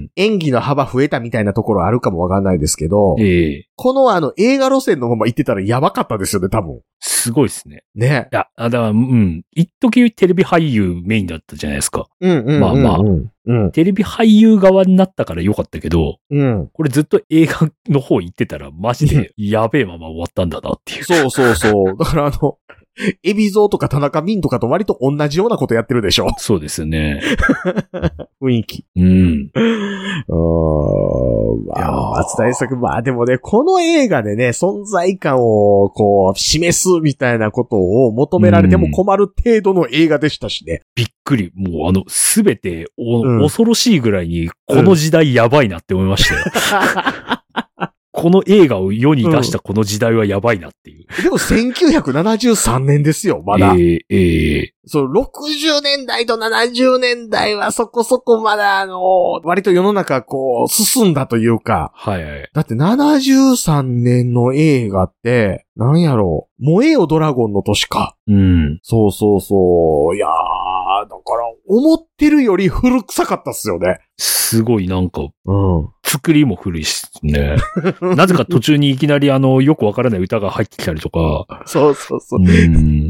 演技の幅増えたみたいなところあるかもわかんないですけど、 ええ。 このあの映画路線のまま行ってたらやばかったですよね、多分。 すごいですね。 ね。 いや、あ、だから、うん。一時テレビ俳優メインだったじゃないですか。 うんうんうんうん。 まあまあ。うん。テレビ俳優側になったからよかったけど、 うん。 これずっと映画の方行ってたらマジでやべえまま終わったんだなっていう。 そうそうそう。だからあの、海老蔵とか田中泯とかと割と同じようなことやってるでしょ。 そうですね。 雰囲気。 うん。 うーん。まあ、松田優作、まあでもね、この映画でね、存在感をこう、示すみたいなことを求められても困る程度の映画でしたしね。 びっくり。もうあの、すべてお、 うん、 恐ろしいぐらいに、この時代やばいなって思いましたよ。うんこの映画を世に出したこの時代はやばいなっていう。 うん、でもせんきゅうひゃくななじゅうさんねんですよ、まだ。 ええええそう、ろくじゅうねんだいとななじゅうねんだいはそこそこまだあの、割と世の中こう、進んだというか。 はいはい。 だってななじゅうさんねんの映画って、なんやろう、燃えよドラゴンの年か。 うん。 そうそうそう。いやー、だから、思ってるより古臭かったっすよね。 すごいなんか、 うん。 作りも古いしね。なぜか途中にいきなりあの、よくわからない歌が入ってきたりとか。 そうそうそう。うん、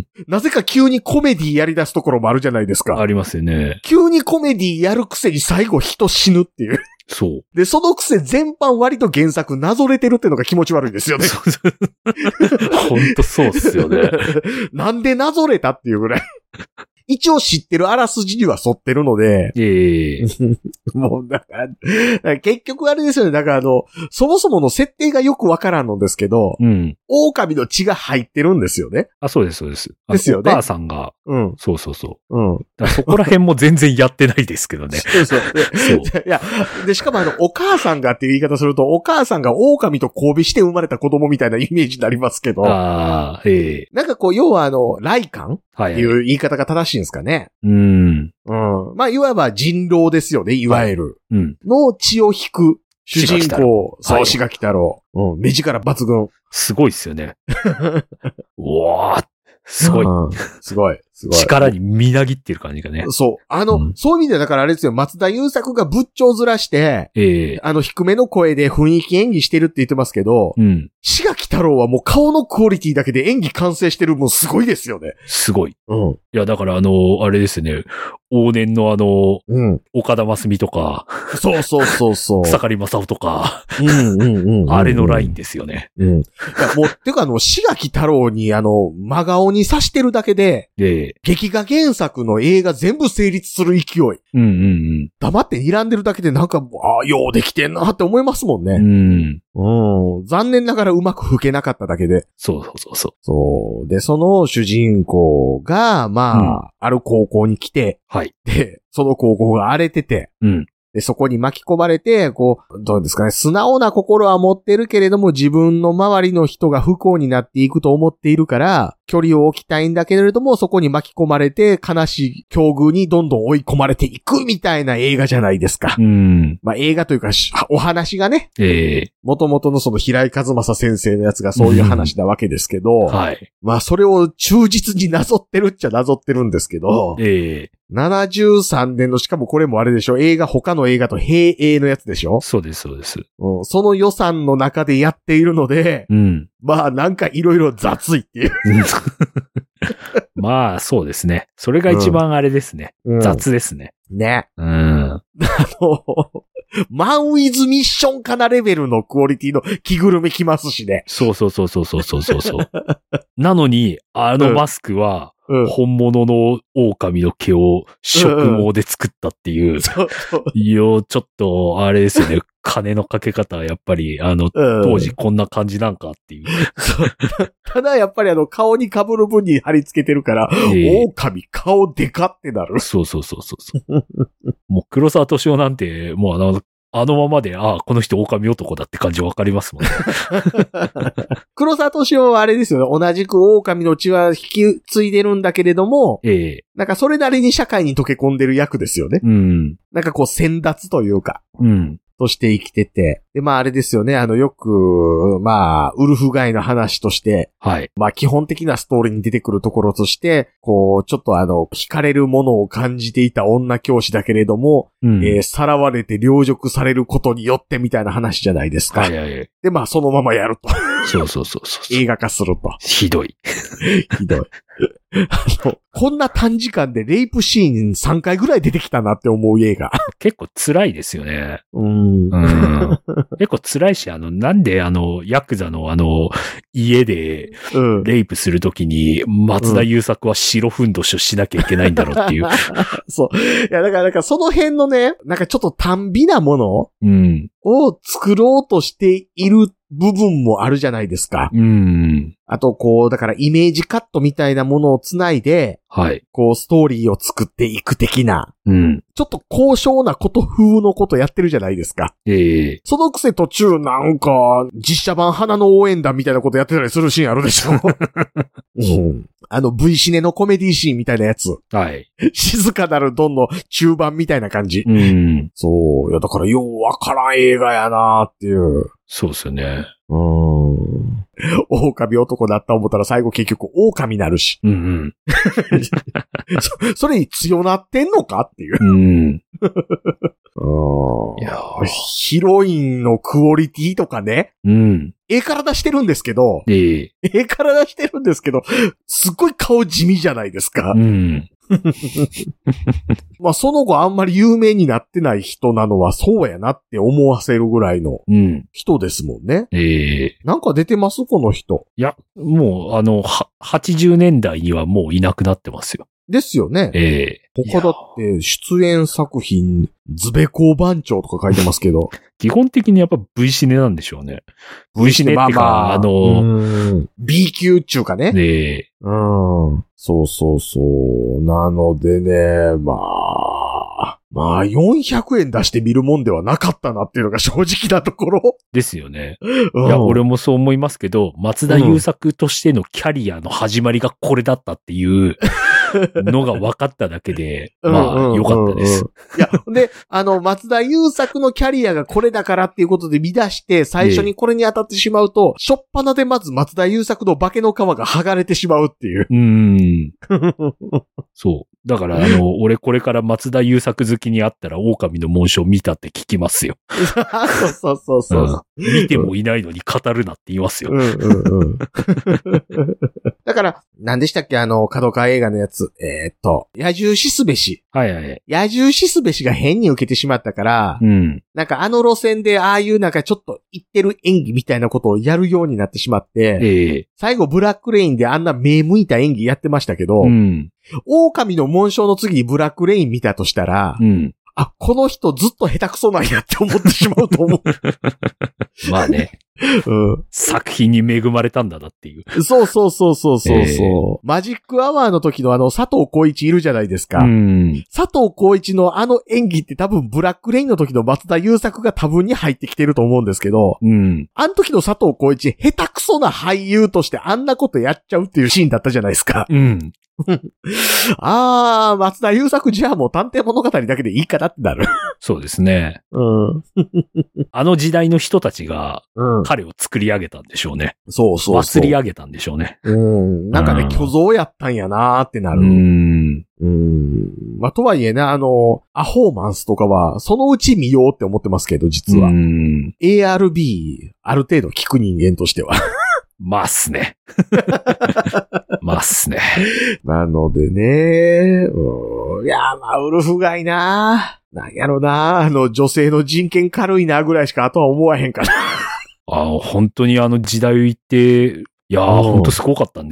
なぜか急にコメディやり出すところもあるじゃないですか。 ありますよね。 急にコメディやるくせに最後人死ぬっていう。 そう。 で、そのくせ全般割と原作なぞれてるってのが気持ち悪いですよね。 ほんとそうっすよね。 なんでなぞれたっていうぐらい。一応知ってるあらすじには沿ってるので。 ええー。 もうだから、だから結局あれですよね。だからあの、そもそもの設定がよくわからんのですけど、 うん。 狼の血が入ってるんですよね。 あ、そうです、そうです。 ですよね。 お母さんが。 うん。 そうそうそう。 うん。 だそこら辺も全然やってないですけどね。 そうそう。そう。いや、で、しかもあの、お母さんがっていう言い方すると、お母さんが狼と交尾して生まれた子供みたいなイメージになりますけど。 ああ、ええー。 なんかこう、要はあの、雷感っていう言い方が正しいんですかね。 うん。 うん。まあ、いわば人狼ですよね、いわゆる。 うん。 の血を引く主人公。そう、 はい、 志垣太郎。うん。目力抜群。 すごいっすよね。うわーすごい、 うん。すごい。すごい。 力にみなぎってる感じがね。 そう。あの、うん、そういう意味でだからあれですよ、松田優作が仏頂面して、 ええー、 あの低めの声で雰囲気演技してるって言ってますけど、 うん。 志垣太郎はもう顔のクオリティだけで演技完成してるもうすごいですよね。 すごい。 うん。 いや、だからあの、あれですね、往年のあの、 うん。 岡田真澄とか、 そうそうそうそう。 草刈正雄とか、 うんうんうん、うん。 あれのラインですよね。 うん。いや、もう、てかあの、志垣太郎にあの、真顔に刺してるだけで、 ええ。 劇画原作の映画全部成立する勢い。 うんうんうん。 黙って睨んでるだけでなんか、ああ、ようできてんなって思いますもんね。 うん。 うん。残念ながらうまく吹けなかっただけで。 そうそうそうそう。 そう。で、その主人公が、まあ、うん、ある高校に来て、 はい。 で、その高校が荒れてて、 うん。 で、そこに巻き込まれて、こう、どうですかね、素直な心は持ってるけれども、自分の周りの人が不幸になっていくと思っているから、距離を置きたいんだけれども、そこに巻き込まれて、悲しい境遇にどんどん追い込まれていくみたいな映画じゃないですか。 うん。 まあ映画というか、お話がね、 ええー。 元々のその平井和正先生のやつがそういう話なわけですけど、うん、 はい。 まあそれを忠実になぞってるっちゃなぞってるんですけど、 ええー。 ななじゅうさんねんの、しかもこれもあれでしょ、映画、他の映画と並映のやつでしょ。 そうです、そうです。 うん、その予算の中でやっているので、 うん。 まあなんかいろいろ雑いっていう。 まあそうですね。それが一番あれですね。うん、雑ですね。 ね。 うん。 あの、マンウィズミッションかなレベルのクオリティの着ぐるみ着ますしね。 そうそうそうそうそうそうそう。なのに、あのマスクは、 本物の狼の毛を植毛で作ったっていう。うんうん、そうそう。いや、ちょっと、あれですよね。金のかけ方はやっぱり、あの、うん、当時こんな感じなんかっていう。 ただやっぱりあの、顔に被る分に貼り付けてるから、えー、狼顔でかってなる。 そうそうそうそう。もう黒沢敏夫なんて、もうあの、あのままで、ああ、この人狼男だって感じわかりますもんね。 黒沢敏夫はあれですよね。同じく狼の血は引き継いでるんだけれども、ええ、なんかそれなりに社会に溶け込んでる役ですよね。うん。なんかこう先達というか。うん。として生きてて。で、まああれですよね。あの、よく、まあ、ウルフガイの話として、はい。まあ基本的なストーリーに出てくるところとして、こう、ちょっとあの、惹かれるものを感じていた女教師だけれども、うん、えー、さらわれて凌辱されることによってみたいな話じゃないですか。はいはいはい。で、まあそのままやると。 そうそうそうそう。 映画化すると。 ひどい。 ひどい。あの、こんな短時間でレイプシーンさんかいぐらい出てきたなって思う映画。 結構辛いですよね。うん。うん、結構辛いし、あの、なんであの、ヤクザのあの、家で、レイプするときに、松田優作は白ふんどしをしなきゃいけないんだろうっていう。うん、 そう。いや、だから、なんかその辺のね、なんかちょっと短美なものうん。を作ろうとしている部分もあるじゃないですか。うん。あと、こう、だからイメージカットみたいなものをつないで、はい。こう、ストーリーを作っていく的な。うん。ちょっと高尚なこと風のことやってるじゃないですか。ええー。そのくせ途中なんか、実写版花の応援団みたいなことやってたりするシーンあるでしょ。うん。あの V シネのコメディシーンみたいなやつ。はい。静かなるドンの中盤みたいな感じ。うん。そう。いや、だからようわからん映画やなーっていう。 そうですよね。 うん。狼男だった思ったら最後結局狼になるし。うんうん。そ, それに強なってんのかっていう。うん。いやヒロインのクオリティとかね。うん。ええ体してるんですけど。ええ。ええ体してるんですけど、すっごい顔地味じゃないですか。うん。まあその後あんまり有名になってない人なのはそうやなって思わせるぐらいの人ですもんね。うん、ええー。なんか出てますこの人。 いや、もうあの、は、はちじゅうねんだいにはもういなくなってますよ。 ですよね。ええー。他だって出演作品、ズベコー番長とか書いてますけど。 基本的にやっぱ V シネなんでしょうね。V シネっていうか、まあまあ、あの、 B 級っちゅうかね。ねえ。うん。そうそうそう。なのでね、まあ、まあよんひゃくえん出して見るもんではなかったなっていうのが正直なところ。 ですよね。うん、いや、俺もそう思いますけど、松田優作としてのキャリアの始まりがこれだったっていう、のが分かっただけで、まあ、良かったです。 いや、で、あの、松田優作のキャリアがこれだからっていうことで見出して、最初にこれに当たってしまうと、しょっぱなでまず松田優作の化けの皮が剥がれてしまうっていう。うーん。 そう。だから、あの、俺これから松田優作好きに会ったら、狼の紋章見たって聞きますよ。 そうそうそうそう、 うん。見てもいないのに語るなって言いますよ。うんうんうん。 だから、何でしたっけあの、角川映画のやつ。えー、っと、野獣しすべし。はいはい。野獣しすべしが変に受けてしまったから、うん。なんかあの路線でああいうなんかちょっと言ってる演技みたいなことをやるようになってしまって、ええ。最後ブラックレインであんな目向いた演技やってましたけど、うん。狼の紋章の次にブラックレイン見たとしたら、うん。あ、この人ずっと下手くそなんやって思ってしまうと思う。 まあね。うん、作品に恵まれたんだなっていう。 そうそうそうそうそう、えー。マジックアワーの時のあの佐藤浩市いるじゃないですか。うん、佐藤浩市のあの演技って多分ブラックレインの時の松田優作が多分に入ってきてると思うんですけど、うん、あの時の佐藤浩市下手くそな俳優としてあんなことやっちゃうっていうシーンだったじゃないですか。うんあー、松田優作じゃあもう探偵物語だけでいいかなってなる。 そうですね。うん。あの時代の人たちが、彼を作り上げたんでしょうね。 そうそうそう。 祭り上げたんでしょうね。 うん。なんかね、虚像やったんやなーってなる。うん。うん。まあ、とはいえね、あの、アホーマンスとかは、そのうち見ようって思ってますけど、実は。うん。エーアールビー、ある程度聞く人間としては。 まっすね。まっすね。 なのでね、うん、いや、まあ、ウルフガイな。なんやろな、あの、女性の人権軽いなぐらいしかあとは思わへんかな。 ああ、本当にあの時代を言って、いやー、ほんとすごかったんですね。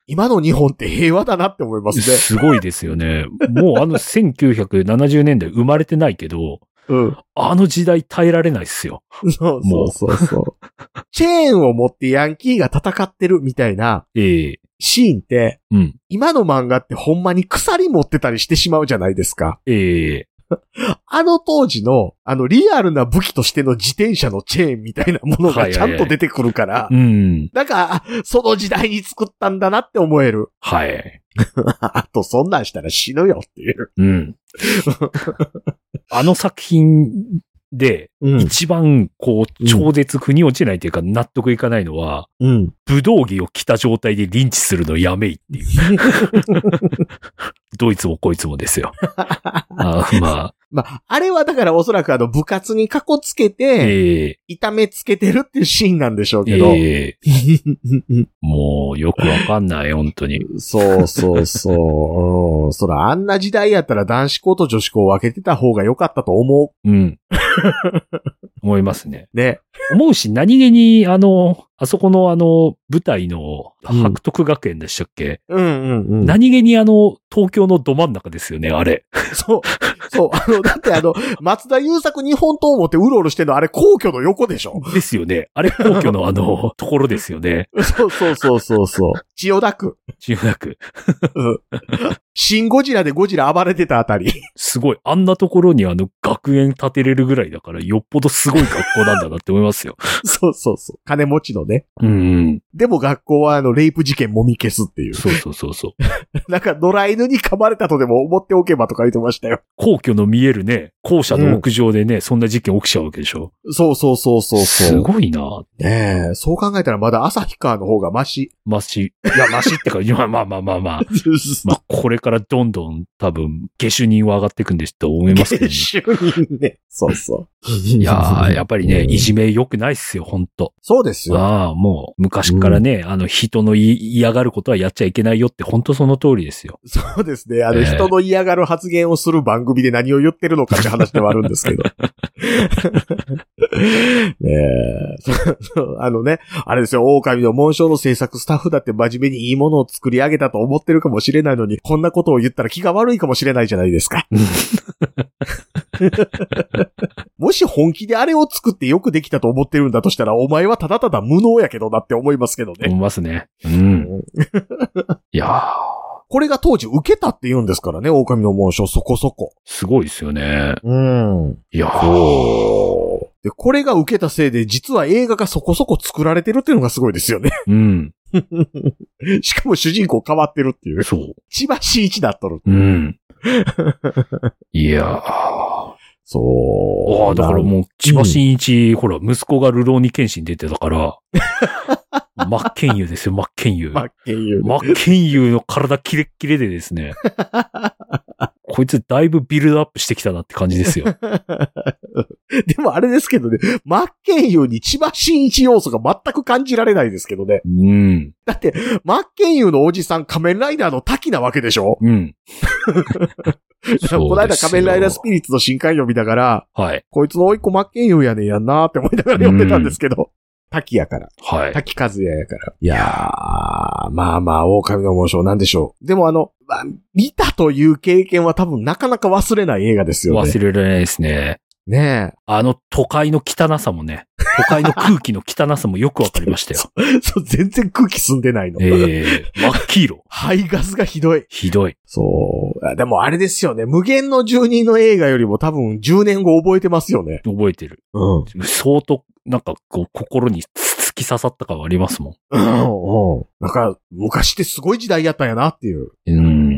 今の日本って平和だなって思いますね。 すごいですよね。もうあのせんきゅうひゃくななじゅうねんだい生まれてないけど、うん、あの時代耐えられないっすよ。 そうそうそうそう。チェーンを持ってヤンキーが戦ってるみたいなシーンって、えーうん、今の漫画ってほんまに鎖持ってたりしてしまうじゃないですか。ええーあの当時の、あのリアルな武器としての自転車のチェーンみたいなものがちゃんと出てくるから、はいはいはい、うん、なんか、その時代に作ったんだなって思える。はい。あと、そんなんしたら死ぬよっていう。うん。 あの作品で、うん、一番、こう、超絶腑に落ちないというか、納得いかないのは、うん、武道着を着た状態でリンチするのやめいっていう。どいつもこいつもですよ。あまあ。まあ、あれはだからおそらくあの部活にかこつけて、えー、痛めつけてるっていうシーンなんでしょうけど。えー、もうよくわかんない、本当に。 そうそうそう。うん、そらあんな時代やったら男子校と女子校を分けてた方が良かったと思う。うん。 思いますね。ね。思うし、何気に、あの、あそこのあの、舞台の白徳学園でしたっけ、うん、うんうんうん。何気にあの、東京のど真ん中ですよね、あれ。 そう。そう。あの、だってあの、松田優作日本刀を持ってうろうろしてるのあれ皇居の横でしょですよね。あれ皇居のあの、ところですよね。 そうそうそうそうそう。千代田区。 千代田区。 うん。シンゴジラでゴジラ暴れてたあたり。 すごい。あんなところにあの、学園建てれるぐらいだから、よっぽどすごい学校なんだなって思いますよ。 そうそうそう。金持ちのね。うん。でも学校はあの、レイプ事件もみ消すっていう。 そうそうそうそう。 なんか、野良犬に噛まれたとでも思っておけばとか言ってましたよ。 皇居の見えるね、校舎の屋上でね、うん、そんな事件起きちゃうわけでしょ。 そうそうそうそうそう。 すごいな。 ねえ、そう考えたらまだ旭川の方がマシ。 マシ。いや、マシってか、まあまあまあまあまあ。まあ、これからどんどん多分、下手人は上がっていくんですと思いますけどね。 下手人ね。そうそう。 いやー、やっぱりね、いじめ良くないっすよ、ほんと。 そうですよ。 ああ、もう、昔からね、うん、あの、人の嫌がることはやっちゃいけないよって、ほんとその通りですよ。 そうですね。あの、えー、人の嫌がる発言をする番組で何を言ってるのかって話ではあるんですけど。ねえあのね、あれですよ、狼の紋章の制作スタッフだって真面目にいいものを作り上げたと思ってるかもしれないのに、こんなことを言ったら気が悪いかもしれないじゃないですか。もし本気であれを作ってよくできたと思ってるんだとしたら、お前はただただ無能やけどなって思いますけどね。 思いますね。うん。いやー。 これが当時受けたって言うんですからね、狼の紋章そこそこ。 すごいですよね。 うん。いやー。で、これが受けたせいで、実は映画がそこそこ作られてるっていうのがすごいですよね。うん。しかも主人公変わってるっていう。そう。千葉真一だっとる。うん。 いやー。 そう。 ああ、だからもう、千葉真一、うん、ほら、息子がルローニケンシン出てたから、真っ剣佑ですよ、真っ剣佑。 真っ剣佑。 真っ剣佑の体キレッキレでですね。こいつだいぶビルドアップしてきたなって感じですよ。 でもあれですけどね、真っ剣佑に千葉真一要素が全く感じられないですけどね。うん。だって、真っ剣佑のおじさん仮面ライダーの滝なわけでしょ？うん。この間仮面ライダースピリッツの新刊読みながら、はい。こいつの甥っ子真っ剣佑やねんやんなーって思いながら読んでたんですけど。滝やから。はい。滝和也やから。いやー、まあまあ、狼の紋章なんでしょう。でもあの、まあ、見たという経験は多分なかなか忘れない映画ですよね。 忘れられないですね。 ねえ。 あの都会の汚さもね、都会の空気の汚さもよくわかりましたよ。 そう、全然空気澄んでないの。 ええー、真っ黄色。 排ガスがひどい。 ひどい。 そう。でもあれですよね。無限の住人の映画よりも多分じゅうねんご覚えてますよね。 覚えてる。うん。相当、なんかこう、心に突き刺さった感はありますもん。うん、うん。なんか、昔ってすごい時代やったんやなっていう。うん。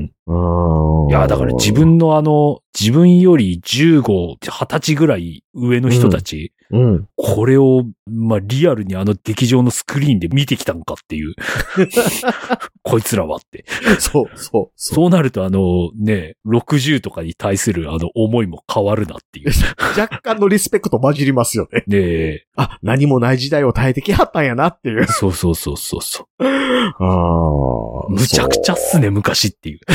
いや、だから自分のあの、自分よりじゅうご、はたちぐらい上の人たち、うんうん、これを、まあ、リアルにあの劇場のスクリーンで見てきたのかっていう。こいつらはって。 そう、そう。 そうなるとあの、ね、ろくじゅうとかに対するあの思いも変わるなっていう。 若干のリスペクト混じりますよね。 ねえ。 あ、何もない時代を耐えてきはったんやなっていう。 そうそうそうそうそう。ああ。むちゃくちゃっすね、昔っていう。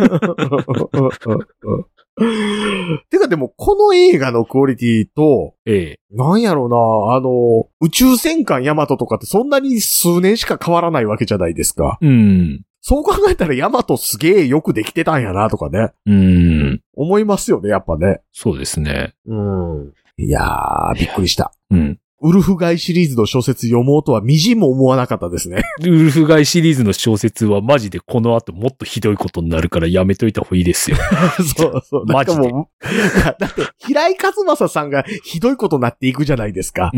てかでも、この映画のクオリティと、ええ、なんやろうな、あの、宇宙戦艦ヤマトとかってそんなに数年しか変わらないわけじゃないですか。うん。 そう考えたらヤマトすげえよくできてたんやなとかね。 うん。 思いますよね、やっぱね。 そうですね。 うん。いやー、びっくりした。 うん。 ウルフガイシリーズの小説読もうとはみじんも思わなかったですね。 ウルフガイシリーズの小説はマジでこの後もっとひどいことになるからやめといた方がいいですよ。 そうそう。マジで。だって、平井和正さんがひどいことになっていくじゃないですか。 うん。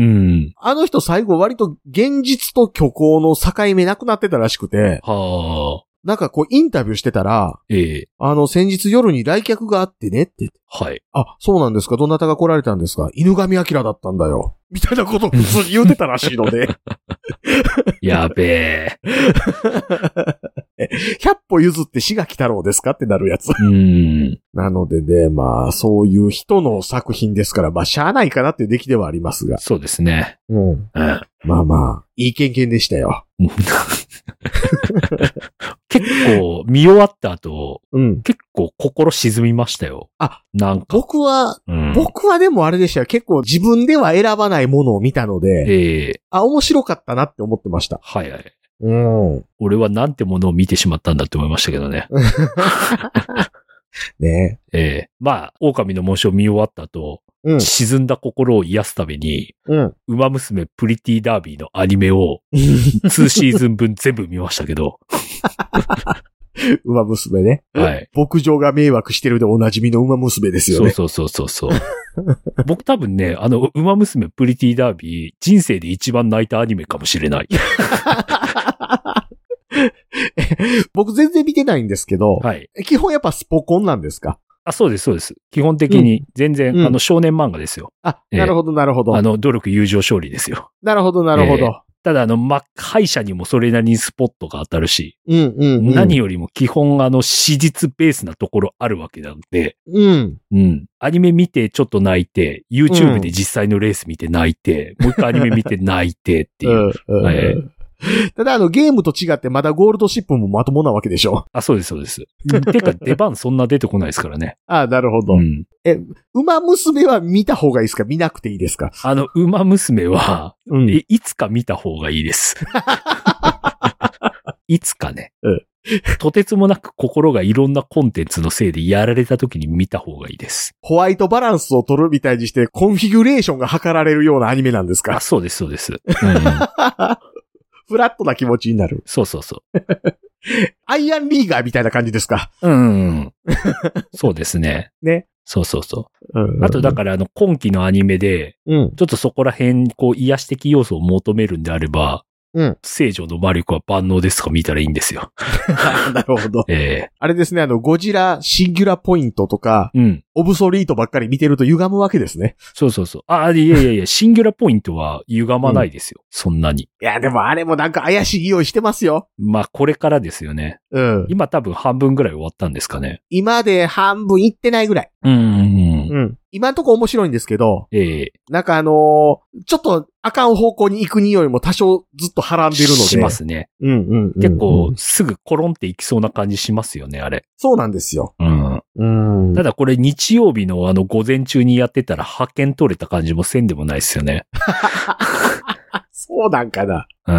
あの人最後割と現実と虚構の境目なくなってたらしくて。 はあ。 なんかこうインタビューしてたら、 ええ。 あの先日夜に来客があってねって。 はい。 あ、そうなんですか。どなたが来られたんですか。犬神明だったんだよ。みたいなことを普通に言うてたらしいので。 やべえ。 ひゃっぽ譲って志垣太郎ですかってなるやつ。 うん。 なのでね、まあ、そういう人の作品ですから、まあ、しゃあないかなっていう出来ではありますが。 そうですね。 うん。うん、まあまあ、いい経験でしたよ。 結構、見終わった後、 うん、 結構心沈みましたよ。 あ、 なんか。 僕は、 うん、 僕はでもあれでしたよ。結構自分では選ばないものを見たので、 ええ、 あ、面白かったなって思ってました。 はいはい。 うん。 俺はなんてものを見てしまったんだって思いましたけどね。 ねえ。ええ。まあ、狼の紋章を見終わった後、うん、沈んだ心を癒すために、うん。ウマ娘プリティダービーのアニメを、にシーズン分全部見ましたけど。 ウマ娘ね。 はい。 牧場が迷惑してるでおなじみのウマ娘ですよね。 そうそうそうそう。僕多分ね、あの、ウマ娘プリティダービー、人生で一番泣いたアニメかもしれない。 僕全然見てないんですけど、 はい。 基本やっぱスポコンなんですか？ あ、そうです、そうです。基本的に全然、うん、あの、少年漫画ですよ。 あ、なるほど、なるほど。 あの、努力、友情、勝利ですよ。 なるほど、なるほど。えー、 ただ、あの、ま、敗者にもそれなりにスポットが当たるし、 うんうんうん、 何よりも基本、あの、史実ベースなところあるわけなので、 うん。 うん。アニメ見てちょっと泣いて、YouTube で実際のレース見て泣いて、うん、もう一回アニメ見て泣いてっていう。うんうんえーただあのゲームと違ってまだゴールドシップもまともなわけでしょ。 あ、そうです、そうです。てか出番そんな出てこないですからね。 ああ、なるほど。うん、え、馬娘は見た方がいいですか？見なくていいですか？ あの、馬娘は、うん、えいつか見た方がいいです。いつかね。うん、とてつもなく心がいろんなコンテンツのせいでやられた時に見た方がいいです。 ホワイトバランスを取るみたいにしてコンフィギュレーションが図られるようなアニメなんですか？ あ、そうです、そうです。うんフラットな気持ちになる。 そうそうそう。 アイアンリーガーみたいな感じですか？ うん。そうですね。 ね。 そうそうそう。うんうんうん、あとだからあの今期のアニメで、うん、ちょっとそこら辺こう癒し的要素を求めるんであれば、うん。聖女の魔力は万能ですか見たらいいんですよ。 なるほど。 ええー。 あれですね、あの、ゴジラシンギュラポイントとか、 うん。 オブソリートばっかり見てると歪むわけですね。 そうそうそう。あ、いやいやいや、シンギュラポイントは歪まないですよ。うん、そんなに。いや、でもあれもなんか怪しい用意してますよ。 まあ、これからですよね。 うん。 今多分半分ぐらい終わったんですかね。 今で半分いってないぐらい。 うんうんうん。 うん。今んとこ面白いんですけど、 ええー。 なんかあのー、ちょっとあかん方向に行く匂いも多少ずっとはらんでるので。 しますね。 うんうん、うん。 結構すぐコロンっていきそうな感じしますよね、あれ。 そうなんですよ。 うん。 うん。 ただこれ日曜日のあの午前中にやってたら派遣取れた感じもせんでもないですよね。 そうなんかな。 うん。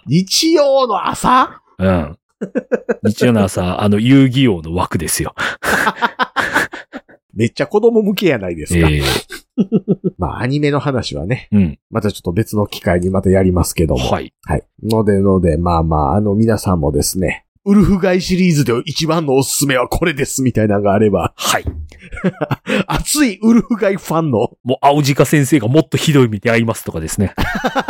日曜の朝？ うん。日曜の朝、あの遊戯王の枠ですよ。 めっちゃ子供向けやないですか。 えー、 まあ、アニメの話はね、 うん。 またちょっと別の機会にまたやりますけども。 はい。 はい。のでので、まあまあ、あの皆さんもですね、ウルフガイシリーズで一番のおすすめはこれですみたいなのがあれば。 はい。 熱いウルフガイファンの。 もう青鹿先生がもっとひどい目に遭いますとかですね。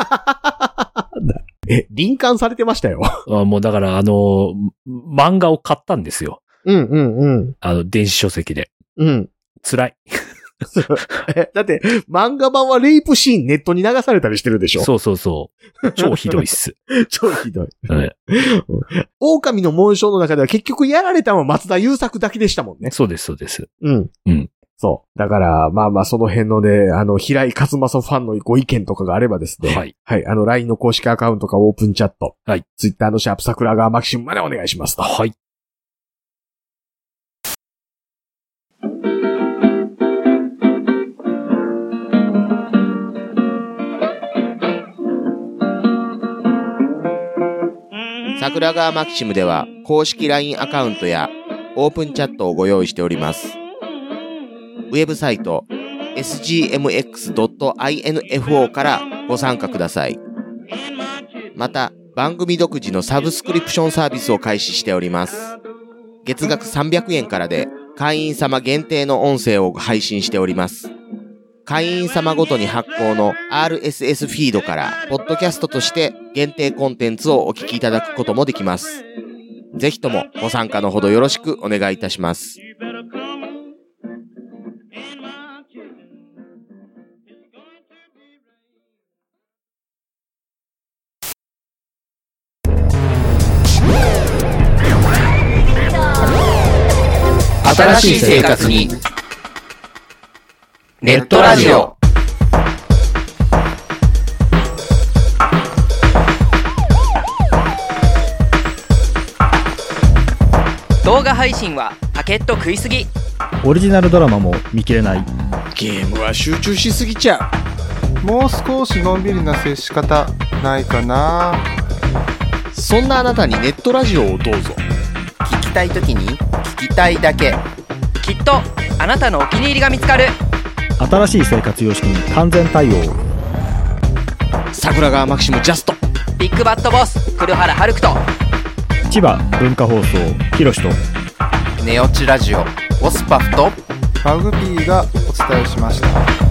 え、臨感されてましたよ。 あもうだからあの、漫画を買ったんですよ。 うんうんうん。 あの、電子書籍で。 うん。 辛い。 だって、漫画版はレイプシーンネットに流されたりしてるでしょ？ そうそうそう。超ひどいっす。 超ひどい。 はい、 狼の紋章の中では結局やられたのは松田優作だけでしたもんね。 そうです、そうです。 うん。 うん。 そう。だから、まあまあその辺のね、あの、平井和正ファンのご意見とかがあればですね。 はい。 はい。あの、ライン の公式アカウントかオープンチャット。 はい。 Twitter のシャープ桜川マキシムまでお願いしますと。 はい。 桜川マキシムでは公式 ライン アカウントやオープンチャットをご用意しております。ウェブサイト エスジーエムエックスドットインフォー からご参加ください。また、番組独自のサブスクリプションサービスを開始しております。月額さんびゃくえんからで会員様限定の音声を配信しております。会員様ごとに発行の アールエスエス フィードからポッドキャストとして限定コンテンツをお聞きいただくこともできます。ぜひともご参加のほどよろしくお願いいたします。 新しい生活にネットラジオ。 動画配信はパケット食いすぎ。 オリジナルドラマも見切れない。 ゲームは集中しすぎちゃう。もう少しのんびりな接し方ないかな。 そんなあなたにネットラジオをどうぞ。 聞きたいときに聞きたいだけ。 きっとあなたのお気に入りが見つかる。 新しい生活様式に完全対応。 桜川マキシムジャスト。 ビッグバットボス黒原遥人。 千葉文化放送ひろしとネオチラジオオスパフとマグピーがお伝えしました。